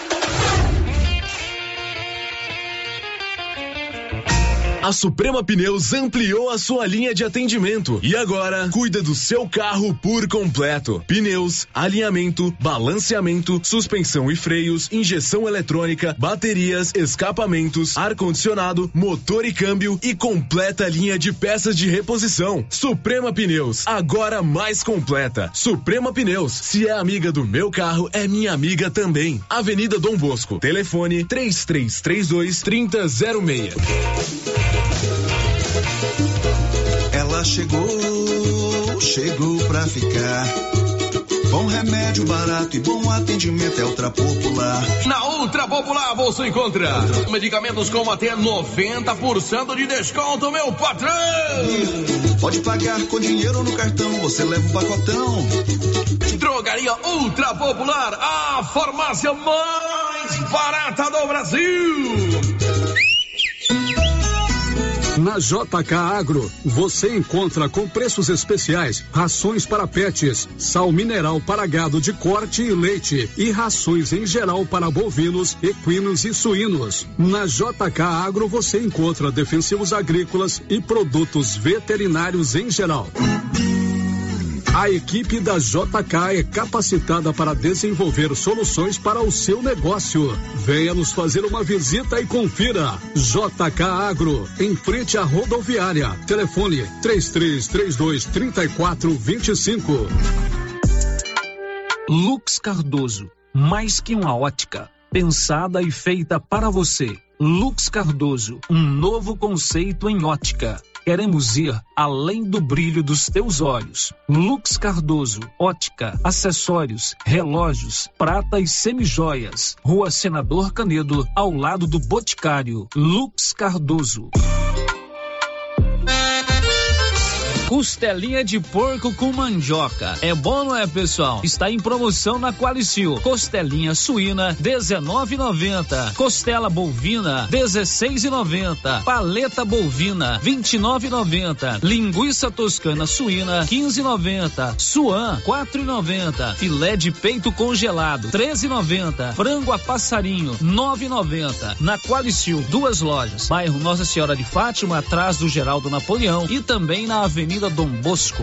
A Suprema Pneus ampliou a sua linha de atendimento e agora cuida do seu carro por completo. Pneus, alinhamento, balanceamento, suspensão e freios, injeção eletrônica, baterias, escapamentos, ar-condicionado, motor e câmbio e completa linha de peças de reposição. Suprema Pneus, agora mais completa. Suprema Pneus, se é amiga do meu carro, é minha amiga também. Avenida Dom Bosco, telefone 3332-3006. Ela chegou pra ficar. Bom remédio, barato e bom atendimento é Ultra Popular. Na Ultra Popular você encontra medicamentos com até 90% de desconto, meu patrão. Pode pagar com dinheiro no cartão, você leva um pacotão. Drogaria Ultra Popular, a farmácia mais barata do Brasil. Na JK Agro, você encontra com preços especiais rações para pets, sal mineral para gado de corte e leite e rações em geral para bovinos, equinos e suínos. Na JK Agro você encontra defensivos agrícolas e produtos veterinários em geral. A equipe da JK é capacitada para desenvolver soluções para o seu negócio. Venha nos fazer uma visita e confira. JK Agro, em frente à rodoviária. Telefone 3332-3425. Lux Cardoso, mais que uma ótica, pensada e feita para você. Lux Cardoso, um novo conceito em ótica. Queremos ir além do brilho dos teus olhos. Lux Cardoso, ótica, acessórios, relógios, prata e semijoias. Rua Senador Canedo, ao lado do Boticário. Lux Cardoso. Costelinha de porco com mandioca. É bom, não é, pessoal? Está em promoção na Qualicil. Costelinha suína, R$19,90. Costela bovina, R$16,90. Paleta bovina, R$29,90. Linguiça toscana suína, R$15,90. Suan, R$4,90. Filé de peito congelado, R$13,90. Frango a passarinho, R$9,90. Na Qualicil, 2 lojas. Bairro Nossa Senhora de Fátima, atrás do Geraldo Napoleão, e também na Avenida Dom Bosco.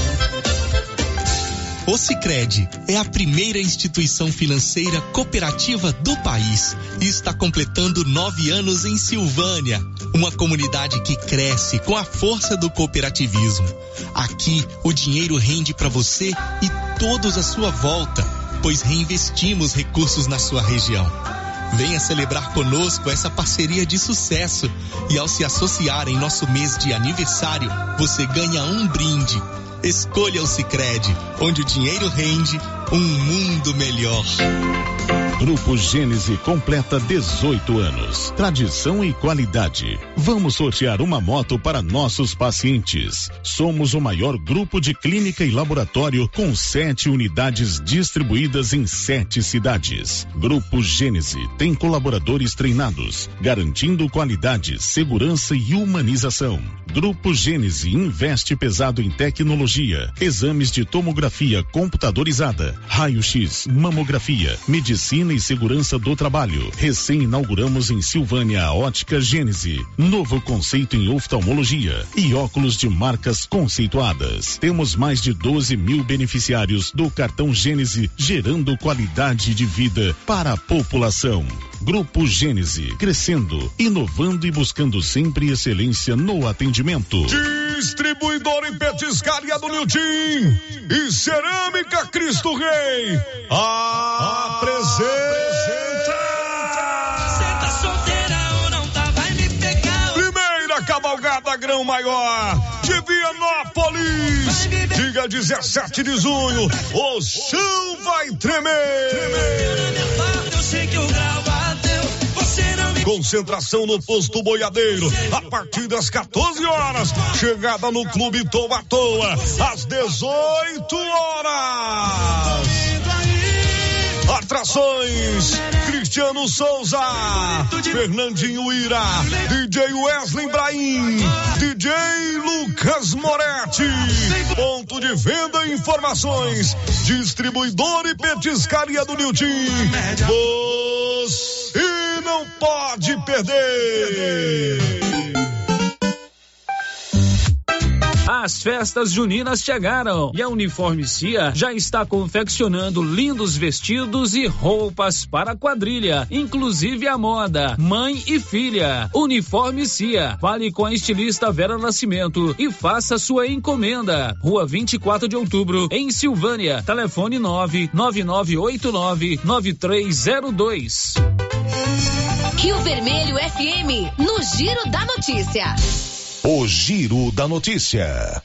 O Sicredi é a primeira instituição financeira cooperativa do país e está completando 9 anos em Silvânia, uma comunidade que cresce com a força do cooperativismo. Aqui, o dinheiro rende para você e todos à sua volta, pois reinvestimos recursos na sua região. Venha celebrar conosco essa parceria de sucesso e ao se associar em nosso mês de aniversário, você ganha um brinde. Escolha o Sicredi, onde o dinheiro rende um mundo melhor. Grupo Gênese completa 18 anos. Tradição e qualidade. Vamos sortear uma moto para nossos pacientes. Somos o maior grupo de clínica e laboratório com 7 unidades distribuídas em 7 cidades. Grupo Gênese tem colaboradores treinados, garantindo qualidade, segurança e humanização. Grupo Gênese investe pesado em tecnologia, exames de tomografia computadorizada, raio-x, mamografia, medicina higiene e segurança do trabalho. Recém-inauguramos em Silvânia a Ótica Gênese. Novo conceito em oftalmologia e óculos de marcas conceituadas. Temos mais de 12 mil beneficiários do cartão Gênese, gerando qualidade de vida para a população. Grupo Gênese, crescendo, inovando e buscando sempre excelência no atendimento. Distribuidor e petiscaria do Nilton e Cerâmica Cristo Rei apresenta. Cê tá solteira ou não tá, vai me pegar. Primeira cavalgada Grão Maior de Vianópolis. Dia 17 de junho, o chão vai tremer. Eu sei que o grau bateu, você não me... Concentração no posto Boiadeiro, a partir das 14 horas. Chegada no Clube Toa à Toa, às 18 horas. Atrações: Cristiano Souza, Fernandinho Ira, DJ Wesley Brahim, DJ Lucas Moretti. Ponto de venda e informações: Distribuidor e petiscaria do Nilton. Você não pode perder. As festas juninas chegaram e a Uniforme Cia já está confeccionando lindos vestidos e roupas para a quadrilha, inclusive a moda, mãe e filha. Uniforme Cia, fale com a estilista Vera Nascimento e faça sua encomenda. Rua 24 de Outubro, em Silvânia. Telefone 99989-9302. Rio Vermelho FM, no Giro da Notícia. O Giro da Notícia.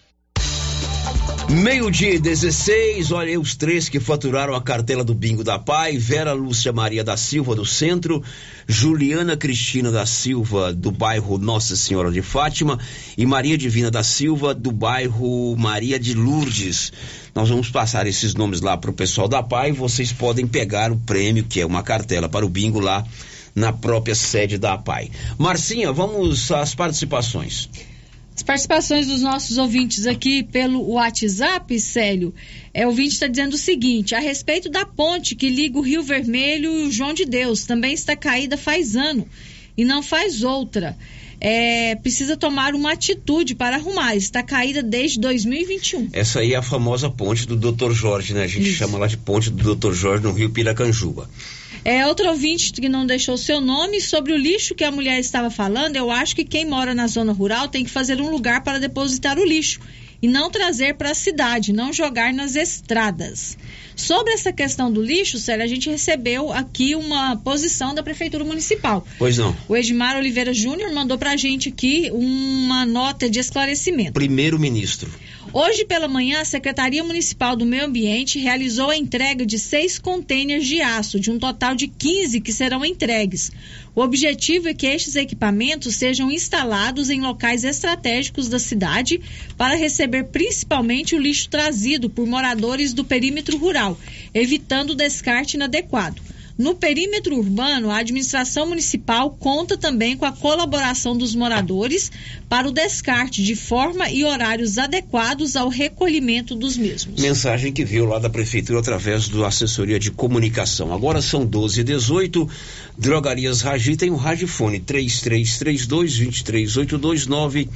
12:16, olha aí os três que faturaram a cartela do bingo da Pai: Vera Lúcia Maria da Silva, do Centro, Juliana Cristina da Silva, do bairro Nossa Senhora de Fátima, e Maria Divina da Silva, do bairro Maria de Lourdes. Nós vamos passar esses nomes lá para o pessoal da Pai. Vocês podem pegar o prêmio, que é uma cartela para o bingo lá na própria sede da APAI. Marcinha, vamos às participações. As participações dos nossos ouvintes aqui pelo WhatsApp, Célio. O ouvinte está dizendo o seguinte: a respeito da ponte que liga o Rio Vermelho e o João de Deus, também está caída faz ano e não faz outra. Precisa tomar uma atitude para arrumar, está caída desde 2021. Essa aí é a famosa ponte do Dr. Jorge, né? A gente chama lá de ponte do Dr. Jorge no Rio Piracanjuba. Outro ouvinte que não deixou seu nome, sobre o lixo que a mulher estava falando, eu acho que quem mora na zona rural tem que fazer um lugar para depositar o lixo e não trazer para a cidade, não jogar nas estradas. Sobre essa questão do lixo, Célia, a gente recebeu aqui uma posição da Prefeitura Municipal. Pois não. O Edmar Oliveira Júnior mandou para a gente aqui uma nota de esclarecimento. Primeiro-ministro. Hoje pela manhã, a Secretaria Municipal do Meio Ambiente realizou a entrega de 6 contêineres de aço, de um total de 15 que serão entregues. O objetivo é que estes equipamentos sejam instalados em locais estratégicos da cidade para receber principalmente o lixo trazido por moradores do perímetro rural, evitando o descarte inadequado. No perímetro urbano, a administração municipal conta também com a colaboração dos moradores para o descarte de forma e horários adequados ao recolhimento dos mesmos. Mensagem que veio lá da Prefeitura através da assessoria de comunicação. Agora são 12h18, Drogarias Ragi tem o Ragifone 3332-2382,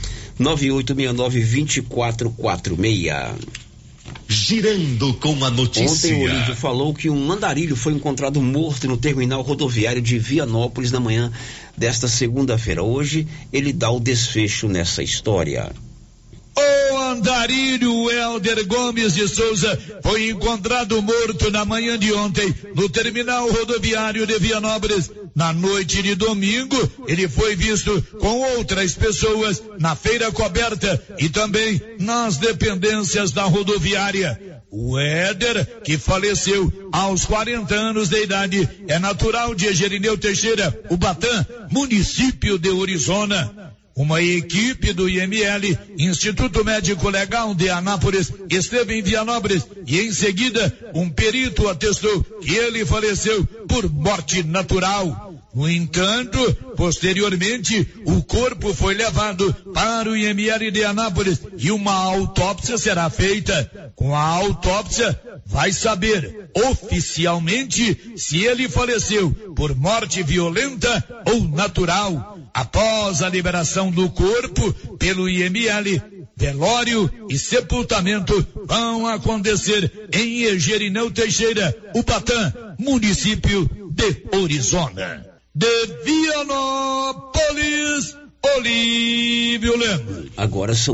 99869-2446. Girando com a notícia. Ontem o Olívio falou que um andarilho foi encontrado morto no terminal rodoviário de Vianópolis na manhã desta segunda-feira. Hoje ele dá o desfecho nessa história. O andarilho Helder Gomes de Souza foi encontrado morto na manhã de ontem no terminal rodoviário de Vianópolis. Na noite de domingo, ele foi visto com outras pessoas na feira coberta e também nas dependências da rodoviária. O Éder, que faleceu aos 40 anos de idade, é natural de Egerineu Teixeira, Ubatã, município de Orizona. Uma equipe do IML, Instituto Médico Legal de Anápolis, esteve em Vianópolis e em seguida um perito atestou que ele faleceu por morte natural. No entanto, posteriormente, o corpo foi levado para o IML de Anápolis e uma autópsia será feita. Com a autópsia, vai saber oficialmente se ele faleceu por morte violenta ou natural. Após a liberação do corpo pelo IML, velório e sepultamento vão acontecer em Egerineu Teixeira, Ubatã, município de Orizona. De Vianópolis, Olívio Lemos. Agora são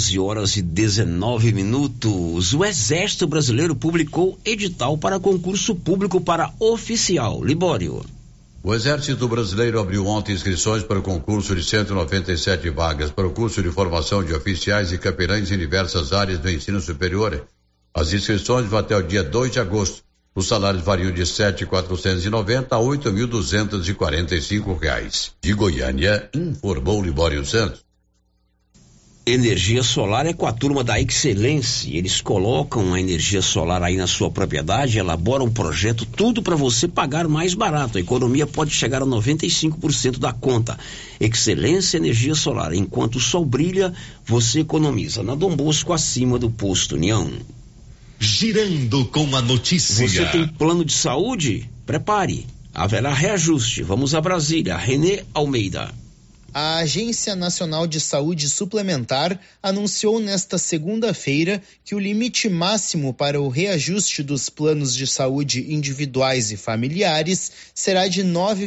12h19. O Exército Brasileiro publicou edital para concurso público para oficial. Libório. O Exército Brasileiro abriu ontem inscrições para o concurso de 197 vagas para o curso de formação de oficiais e capelães em diversas áreas do ensino superior. As inscrições vão até o dia 2 de agosto. Os salários variam de R$ 7.490 a R$ 8.245. De Goiânia, informou Libório Santos. Energia solar é com a turma da Excelência. Eles colocam a energia solar aí na sua propriedade, elaboram um projeto, tudo para você pagar mais barato. A economia pode chegar a 95% da conta. Excelência Energia Solar. Enquanto o sol brilha, você economiza. Na Dom Bosco, acima do Posto União. Girando com a notícia. Você tem plano de saúde? Prepare. Haverá reajuste. Vamos a Brasília. Renê Almeida. A Agência Nacional de Saúde Suplementar anunciou nesta segunda-feira que o limite máximo para o reajuste dos planos de saúde individuais e familiares será de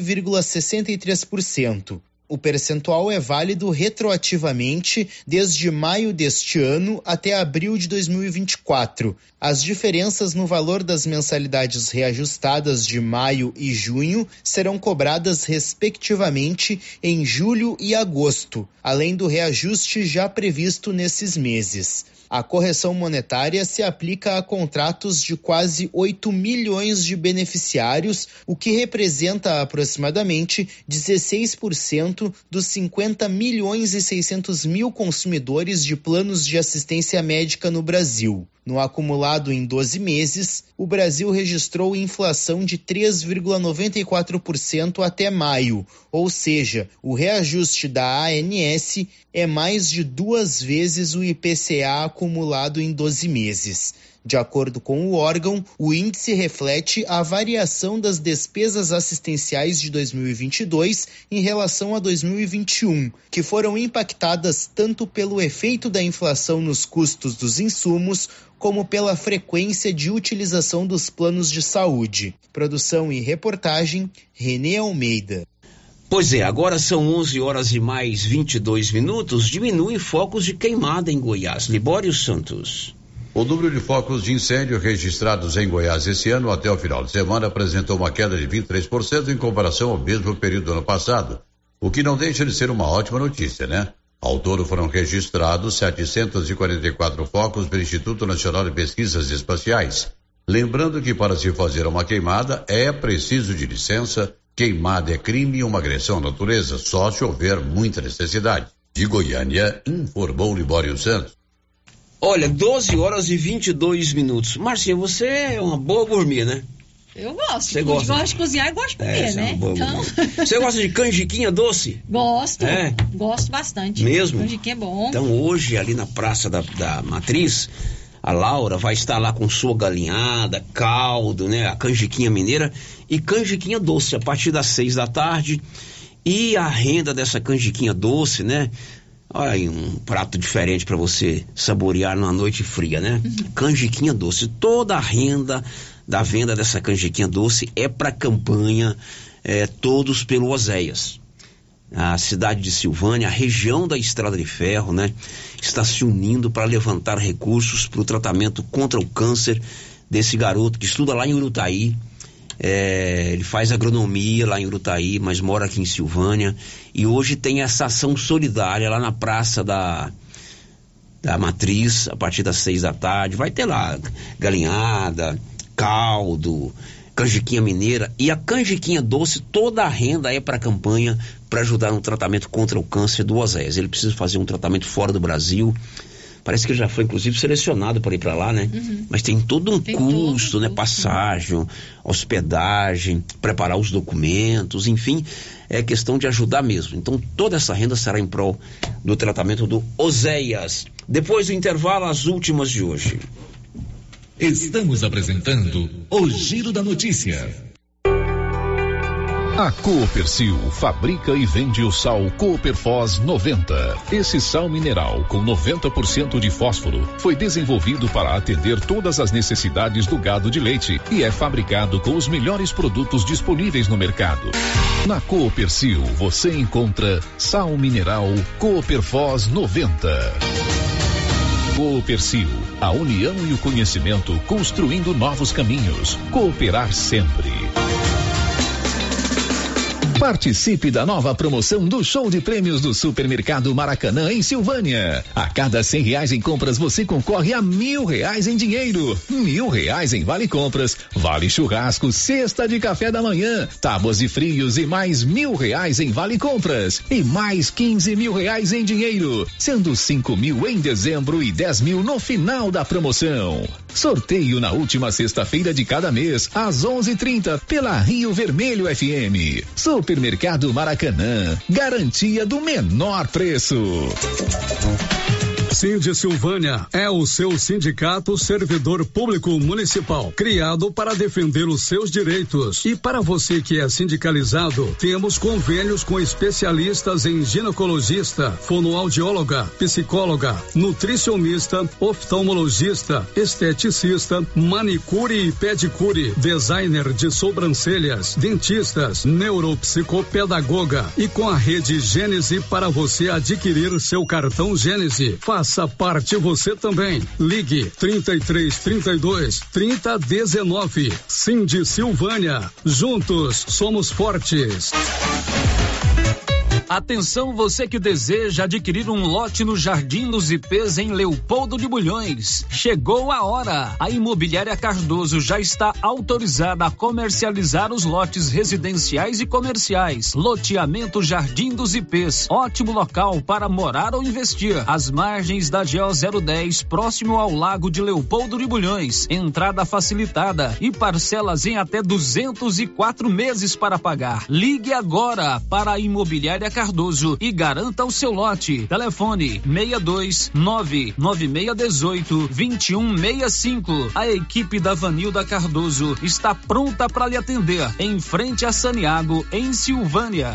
9,63%. O percentual é válido retroativamente desde maio deste ano até abril de 2024. As diferenças no valor das mensalidades reajustadas de maio e junho serão cobradas respectivamente em julho e agosto, além do reajuste já previsto nesses meses. A correção monetária se aplica a contratos de quase 8 milhões de beneficiários, o que representa aproximadamente 16% dos 50 milhões e 600 mil consumidores de planos de assistência médica no Brasil. No acumulado em 12 meses, o Brasil registrou inflação de 3,94% até maio, ou seja, o reajuste da ANS é mais de 2 vezes o IPCA acumulado em 12 meses. De acordo com o órgão, o índice reflete a variação das despesas assistenciais de 2022 em relação a 2021, que foram impactadas tanto pelo efeito da inflação nos custos dos insumos, como pela frequência de utilização dos planos de saúde. Produção e reportagem, Renê Almeida. Pois é, agora são 11h22. Diminuem focos de queimada em Goiás. Libório Santos. O número de focos de incêndio registrados em Goiás esse ano até o final de semana apresentou uma queda de 23% em comparação ao mesmo período do ano passado, o que não deixa de ser uma ótima notícia, né? Ao todo foram registrados 744 focos pelo Instituto Nacional de Pesquisas Espaciais. Lembrando que para se fazer uma queimada é preciso de licença, queimada é crime e uma agressão à natureza, só se houver muita necessidade. De Goiânia, informou Libório Santos. Olha, 12h22. Marcinha, você é uma boa gourmet, né? Eu gosto. Você gosta? Gosto de cozinhar e gosto de comer, né? Então... Você gosta de canjiquinha doce? Gosto. Gosto bastante. Mesmo? Canjiquinha é bom. Então hoje, ali na Praça da Matriz, a Laura vai estar lá com sua galinhada, caldo, né? A canjiquinha mineira e canjiquinha doce a partir das 6 da tarde. E a renda dessa canjiquinha doce, né? Olha aí, um prato diferente para você saborear numa noite fria, né? Canjiquinha doce. Toda a renda da venda dessa canjiquinha doce é para campanha Todos pelo Oséias. A cidade de Silvânia, a região da Estrada de Ferro, né? Está se unindo para levantar recursos para o tratamento contra o câncer desse garoto que estuda lá em Urutaí. Ele faz agronomia lá em Urutaí, mas mora aqui em Silvânia, e hoje tem essa ação solidária lá na Praça da Matriz, a partir das 6 da tarde, vai ter lá galinhada, caldo, canjiquinha mineira e a canjiquinha doce. Toda a renda é para a campanha para ajudar no tratamento contra o câncer do Oséias. Ele precisa fazer um tratamento fora do Brasil. Parece que ele já foi, inclusive, selecionado para ir para lá, né? Mas tem todo um custo, né? Passagem, hospedagem, preparar os documentos, enfim, é questão de ajudar mesmo. Então, toda essa renda será em prol do tratamento do Oséias. Depois do intervalo, as últimas de hoje. Estamos apresentando o Giro da Notícia. A Coopercil fabrica e vende o sal Cooperfos 90. Esse sal mineral com 90% de fósforo foi desenvolvido para atender todas as necessidades do gado de leite e é fabricado com os melhores produtos disponíveis no mercado. Na Coopercil você encontra sal mineral Cooperfos 90. Coopercil, a união e o conhecimento construindo novos caminhos. Cooperar sempre. Participe da nova promoção do show de prêmios do Supermercado Maracanã em Silvânia. A cada R$100 em compras você concorre a R$1.000 em dinheiro, R$1.000 em vale compras, vale churrasco, cesta de café da manhã, tábuas de frios e mais R$1.000 em vale compras e mais R$15.000 em dinheiro, sendo 5.000 em dezembro e 10.000 no final da promoção. Sorteio na última sexta-feira de cada mês às 11h30 pela Rio Vermelho FM. Supermercado Maracanã, garantia do menor preço. Sindi Silvânia é o seu sindicato servidor público municipal, criado para defender os seus direitos. E para você que é sindicalizado, temos convênios com especialistas em ginecologista, fonoaudióloga, psicóloga, nutricionista, oftalmologista, esteticista, manicure e pedicure, designer de sobrancelhas, dentistas, neuropsicopedagoga e com a rede Gênese para você adquirir seu cartão Gênese. Faça parte você também. Ligue 3332 3019. Sindi Silvânia. Juntos somos fortes. Atenção você que deseja adquirir um lote no Jardim dos Ipês em Leopoldo de Bulhões. Chegou a hora. A Imobiliária Cardoso já está autorizada a comercializar os lotes residenciais e comerciais. Loteamento Jardim dos Ipês. Ótimo local para morar ou investir. Às margens da GO 010, próximo ao Lago de Leopoldo de Bulhões. Entrada facilitada e parcelas em até 204 meses para pagar. Ligue agora para a Imobiliária Cardoso e garanta o seu lote. Telefone 62996182165. A equipe da Vanilda Cardoso está pronta para lhe atender em frente a Saniago, em Silvânia.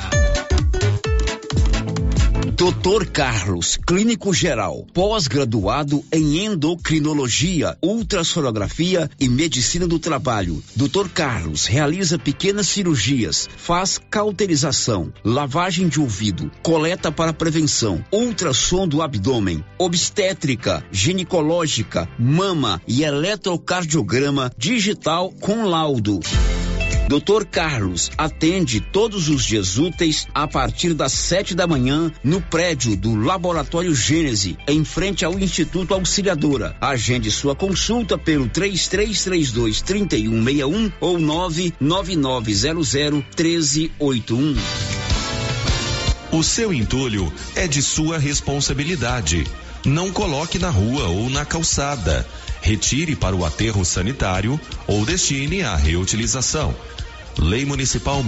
Dr. Carlos, clínico geral, pós-graduado em endocrinologia, ultrassonografia e medicina do trabalho. Dr. Carlos realiza pequenas cirurgias, faz cauterização, lavagem de ouvido, coleta para prevenção, ultrassom do abdômen, obstétrica, ginecológica, mama e eletrocardiograma digital com laudo. Dr. Carlos atende todos os dias úteis a partir das 7 da manhã no prédio do Laboratório Gênese, em frente ao Instituto Auxiliadora. Agende sua consulta pelo 3332-3161 ou 99900-1381. O seu entulho é de sua responsabilidade. Não coloque na rua ou na calçada. Retire para o aterro sanitário ou destine à reutilização. Lei Municipal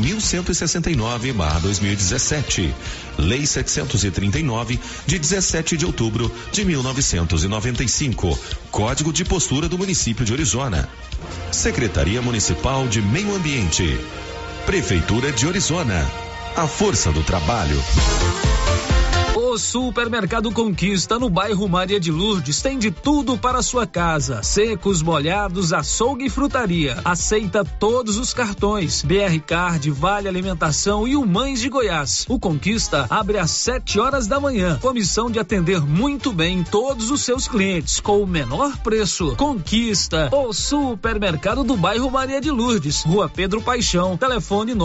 1169/2017. Lei 739, de 17 de outubro de 1995. Código de Postura do Município de Orizona. Secretaria Municipal de Meio Ambiente. Prefeitura de Orizona. A força do trabalho. O Supermercado Conquista, no bairro Maria de Lourdes, tem de tudo para a sua casa: secos, molhados, açougue e frutaria. Aceita todos os cartões: BR Card, Vale Alimentação e o Mães de Goiás. O Conquista abre às 7 horas da manhã, com a missão de atender muito bem todos os seus clientes com o menor preço. Conquista, o supermercado do bairro Maria de Lourdes, Rua Pedro Paixão, telefone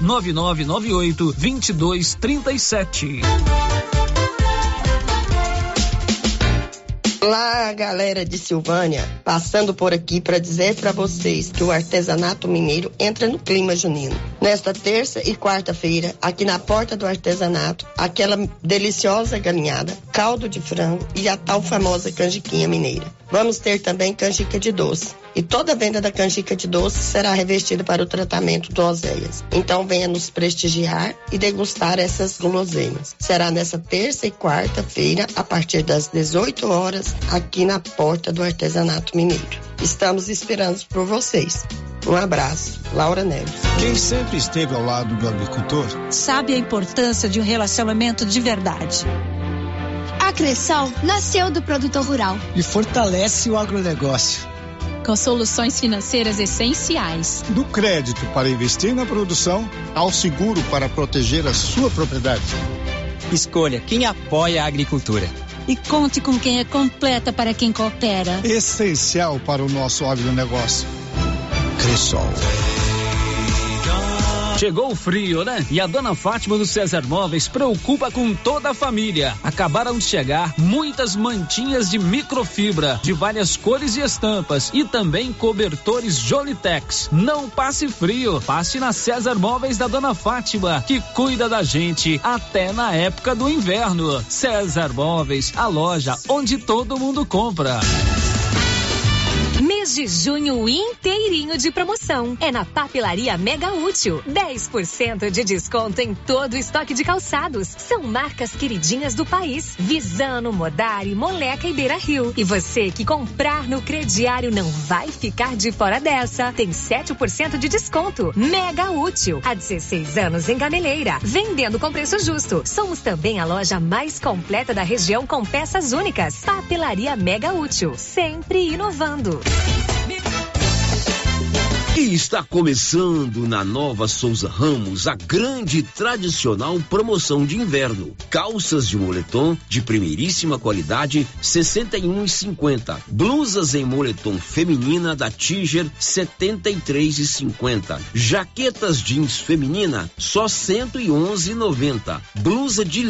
99998-2237. Olá, galera de Silvânia, passando por aqui para dizer para vocês que o artesanato mineiro entra no clima junino. Nesta terça e quarta-feira, aqui na porta do artesanato, aquela deliciosa galinhada, caldo de frango e a tal famosa canjiquinha mineira. Vamos ter também canjica de doce. E toda a venda da canjica de doce será revestida para o tratamento de oséias. Então venha nos prestigiar e degustar essas guloseimas. Será nessa terça e quarta-feira, a partir das 18 horas, aqui na porta do artesanato mineiro. Estamos esperando por vocês. Um abraço, Laura Neves. Quem sempre esteve ao lado do agricultor sabe a importância de um relacionamento de verdade. A Cressol nasceu do produtor rural e fortalece o agronegócio, com soluções financeiras essenciais. Do crédito para investir na produção ao seguro para proteger a sua propriedade. Escolha quem apoia a agricultura. E conte com quem é completa para quem coopera. Essencial para o nosso agronegócio. Cressol. Chegou o frio, né? E a dona Fátima do César Móveis preocupa com toda a família. Acabaram de chegar muitas mantinhas de microfibra, de várias cores e estampas, e também cobertores Jolitex. Não passe frio, passe na César Móveis da dona Fátima, que cuida da gente até na época do inverno. César Móveis, a loja onde todo mundo compra. Mês de junho inteirinho de promoção. É na Papelaria Mega Útil. 10% de desconto em todo o estoque de calçados. São marcas queridinhas do país. Visano, Modari, Moleca e Beira Rio. E você que comprar no crediário não vai ficar de fora dessa. Tem 7% de desconto. Mega Útil. Há 16 anos em Gameleira. Vendendo com preço justo. Somos também a loja mais completa da região com peças únicas. Papelaria Mega Útil. Sempre inovando. E está começando na Nova Souza Ramos a grande e tradicional promoção de inverno. Calças de moletom de primeiríssima qualidade, 61,50. Blusas em moletom feminina da Tiger, 73,50. Jaquetas jeans feminina, só 111,90. Blusa de